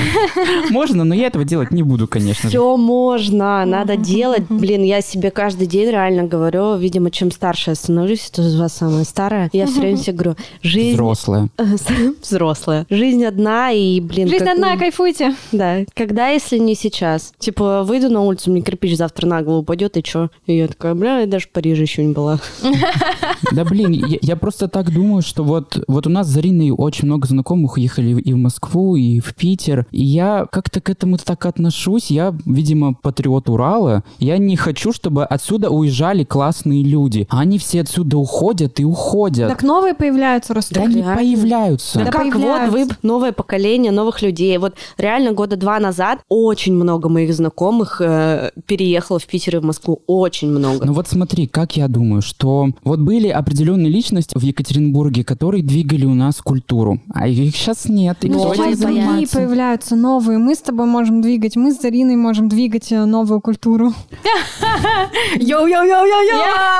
C: Можно, но я этого делать не буду, конечно.
D: Все можно, надо делать. Блин, я себе каждый день реально говорю, видимо, чем старше я становлюсь, это из вас самая старая, я все время себе говорю, жизнь...
C: Взрослая.
D: Взрослая. Жизнь одна, и, блин...
B: Жизнь одна, кайфуйте.
D: Да. Когда, если не сейчас. Типа, выйду на улицу, мне кирпич завтра на голову упадет, и чё? И я такая, бля, я даже в Париже еще не была.
C: Да, блин, я, я просто так думаю, что вот, вот у нас с Зариной очень много знакомых уехали и в Москву, и в Питер, и я как-то к этому так отношусь. Я, видимо, патриот Урала. Я не хочу, чтобы отсюда уезжали классные люди. А они все отсюда уходят и уходят.
B: Так новые появляются, растут.
C: Да не появляются.
D: Да,
B: Да
D: как
B: появляются.
D: вот вы, новое поколение, новых людей. Вот реально года два назад очень много моих знакомых э, переехало в Питер и в Москву. Очень много.
C: Ну вот смотри, как я думаю, что вот были определенные личности в Екатеринбурге, которые двигали у нас культуру, а их сейчас нет. И
B: Ну,
C: кто этим
B: сейчас другие
C: занимается?
B: появляются новые. Мы с тобой можем двигать, мы с Зариной можем двигать э, новую культуру.
E: Йоу-йоу-йоу-йоу-йоу!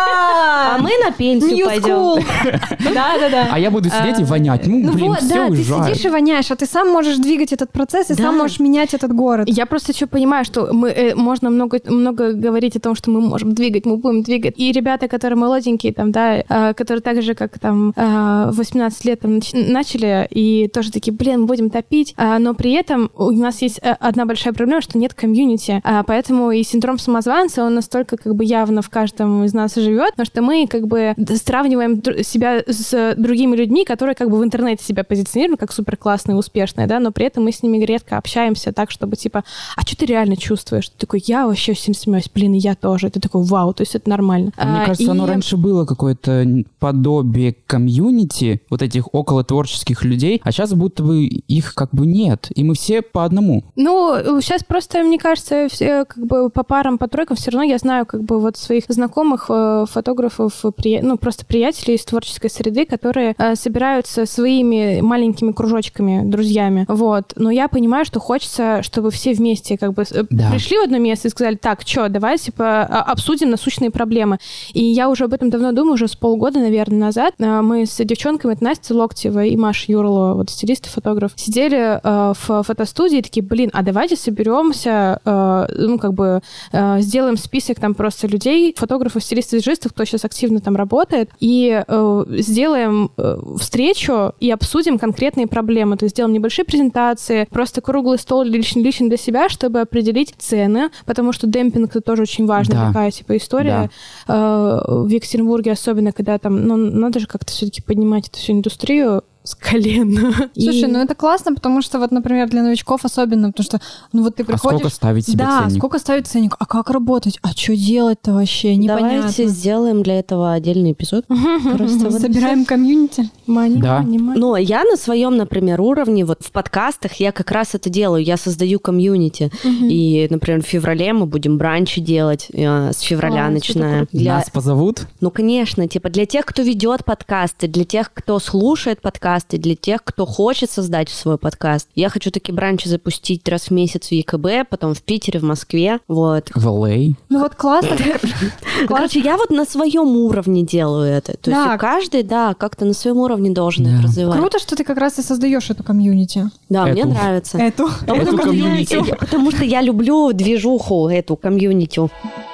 D: А мы на пенсию пойдем.
B: Да-да-да.
C: А я буду сидеть и вонять. Ну,
B: Ну
C: блин,
B: вот,
C: все,
B: да, ты
C: уезжаю.
B: сидишь и воняешь, а ты сам можешь двигать этот процесс и
D: Да.
B: сам можешь менять этот город.
E: Я просто еще понимаю, что мы э, можно много, много говорить о том, что мы можем двигать, мы будем двигать. И ребята, которые молоденькие, там, да, э, которые так же, как там э, восемнадцать лет там, нач- начали, и тоже такие, блин, мы будем топить. А, но при этом у нас есть э, одна большая проблема, что нет комьюнити. А, поэтому и синдром самозванца, он настолько как бы явно в каждом из нас живет, потому что мы как бы сравниваем дру- себя с другими людьми, которые как бы в интернете себя позиционируют как суперклассные, успешные, да, но при этом мы с ними редко общаемся так, чтобы типа, а что ты реально чувствуешь? Ты такой, я вообще сильно смеюсь, блин, и я тоже. Ты такой, вау, то есть это нормально.
C: Мне
E: А,
C: кажется,
E: и-
C: оно раньше было какое-то подобие комьюнити, вот этих около творческих людей, а сейчас будто бы их как бы нет, и мы все по одному.
E: Ну, сейчас просто, мне кажется, все как бы по парам, по тройкам, все равно я знаю как бы вот своих знакомых э, фотографов, прия- ну, просто приятелей из творческой среды, которые э, собираются своими маленькими кружочками, друзьями, вот. Но я понимаю, что хочется, чтобы все вместе как бы э,
C: Да.
E: пришли в одно место и сказали, так, что, давай, типа, а- обсудим насущные проблемы. И я уже об этом давно думаю, уже с полгода, наверное, назад. Э, Мы с девчонками, это Настя Локтева и Маша Юрлова, вот стилист и фотограф, сидели э, в фотостудии и такие, блин, а давайте соберемся, э, ну, как бы, э, сделаем список там просто людей, фотографов, стилистов, визажистов, кто сейчас активно там работает, и э, сделаем э, встречу и обсудим конкретные проблемы. То есть сделаем небольшие презентации, просто круглый стол лично, лично для себя, чтобы определить цены, потому что демпинг — это тоже очень важная
C: Да.
E: такая, типа, история. Э, в Екатеринбурге особенно, когда там, ну, надо же как-то все-таки поднимать эту всю индустрию с колен.
B: Слушай,
E: И-
B: ну это классно, потому что вот, например, для новичков особенно, потому что, ну вот ты
C: А
B: приходишь...
C: сколько ставить себе
B: Да,
C: ценник?
B: сколько ставить ценник, а как работать, а что делать-то вообще, непонятно.
D: Давайте сделаем для этого отдельный эпизод. Просто вот
B: Собираем комьюнити.
E: Мани,
C: Да.
E: мани, мани.
D: Но я на своем, например, уровне, вот в подкастах я как раз это делаю, я создаю комьюнити. И, например, в феврале мы будем бранчи делать, э, с февраля
E: О,
D: начиная. Для-
C: Нас позовут?
D: Ну, конечно, типа для тех, кто ведет подкасты, для тех, кто слушает подкасты, для тех, кто хочет создать свой подкаст. Я хочу такие бранчи запустить раз в месяц в ЕКБ, потом в Питере, в Москве, вот.
C: В Л А?
B: Ну вот классно.
D: Ну, короче, я вот на своем уровне делаю это. То
B: Да.
D: есть каждый, да, как-то на своем уровне должен
C: Да.
D: это развивать.
B: Круто, что ты как раз и создаешь эту комьюнити.
D: Да, мне
C: Эту.
D: нравится.
B: Эту.
D: А
C: Эту
D: потому, что я,
C: комьюнити.
D: я- потому что я люблю движуху, эту комьюнити.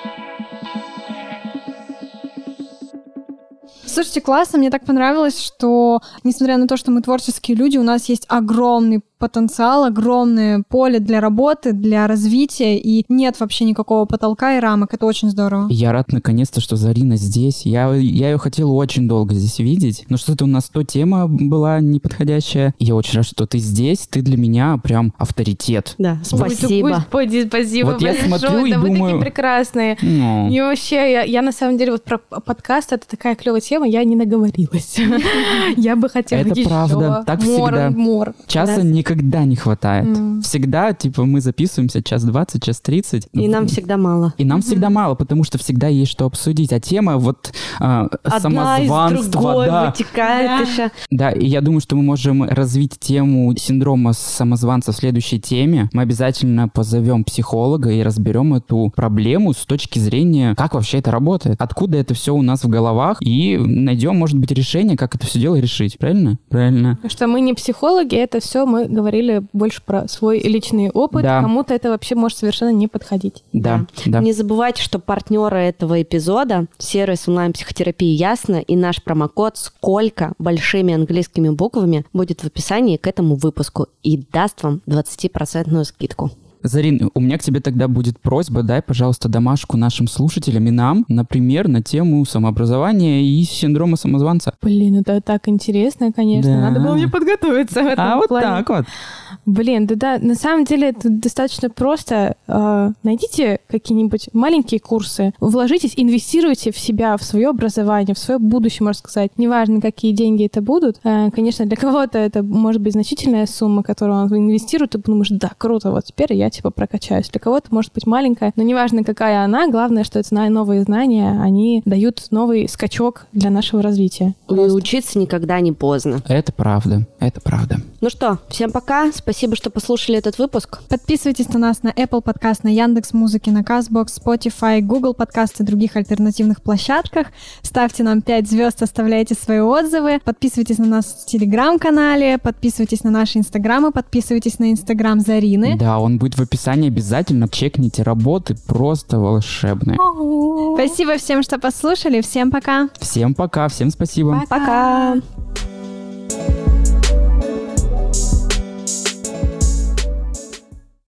B: Слушайте, классно, мне так понравилось, что, несмотря на то, что мы творческие люди, у нас есть огромный потенциал, огромное поле для работы, для развития, и нет вообще никакого потолка и рамок. Это очень здорово.
C: Я рад наконец-то, что Зарина здесь. Я, я ее хотел очень долго здесь видеть, но что-то у нас то тема была неподходящая. Я очень рад, что ты здесь. Ты для меня прям авторитет.
D: Да,
E: Ой,
D: спасибо.
E: Господи, спасибо
C: Вот я
E: большое.
C: смотрю и
E: да вы
C: думаю-
E: такие прекрасные.
C: Ну,
E: И вообще, я, я на самом деле вот про подкаст, это такая клевая тема, я не наговорилась. Я бы хотела
C: Это
E: еще.
C: правда, так
E: More
C: всегда.
E: and more.
C: часа
D: Да.
C: никогда не хватает.
E: М.
C: Всегда, типа, мы записываемся час двадцать, час тридцать.
D: И нам всегда мало.
C: И нам всегда мало, потому что всегда есть что обсудить. А тема вот а,
D: Одна из
C: самозванства,
D: другой
C: да.
D: вытекает еще.
C: Да, и я думаю, что мы можем развить тему синдрома самозванца в следующей теме. Мы обязательно позовем психолога и разберем эту проблему с точки зрения, как вообще это работает, откуда это все у нас в головах, и найдем, может быть, решение, как это все дело решить. Правильно? Правильно.
E: Потому что мы не психологи, это все мы говорили больше про свой личный опыт.
C: Да.
E: Кому-то это вообще может совершенно не подходить.
C: Да, да.
D: Не забывайте, что партнеры этого эпизода — сервис онлайн-психотерапии «Ясно», и наш промокод «Сколько» большими английскими буквами будет в описании к этому выпуску и даст вам двадцатипроцентную скидку.
C: Зарин, у меня к тебе тогда будет просьба, дай, пожалуйста, домашку нашим слушателям и нам, например, на тему самообразования и синдрома самозванца.
E: Блин, это так интересно, конечно.
C: Да.
E: Надо было мне подготовиться в этом
C: А вот
E: плане.
C: так вот.
E: Блин, да-да, на самом деле это достаточно просто. Э, найдите какие-нибудь маленькие курсы, вложитесь, инвестируйте в себя, в свое образование, в свое будущее, можно сказать. Неважно, какие деньги это будут. Э, конечно, для кого-то это может быть значительная сумма, которую он инвестирует, и ты думаешь, да, круто, вот теперь я типа прокачаюсь. Для кого-то может быть маленькая, но неважно, какая она, главное, что это новые знания, они дают новый скачок для нашего развития.
D: И учиться никогда не поздно.
C: Это правда, это правда.
D: Ну что, всем пока. Спасибо, что послушали этот выпуск.
A: Подписывайтесь на нас на Apple Podcast, на Яндекс.Музыке, на Castbox, Spotify, Google Podcast и других альтернативных площадках. Ставьте нам пять звезд, оставляйте свои отзывы. Подписывайтесь на нас в Телеграм-канале, подписывайтесь на наши Инстаграмы, подписывайтесь на Инстаграм Зарины.
C: Да, он будет в описании обязательно. Чекните, работы просто волшебные.
A: Спасибо всем, что послушали. Всем пока.
C: Всем пока, всем спасибо.
D: Пока.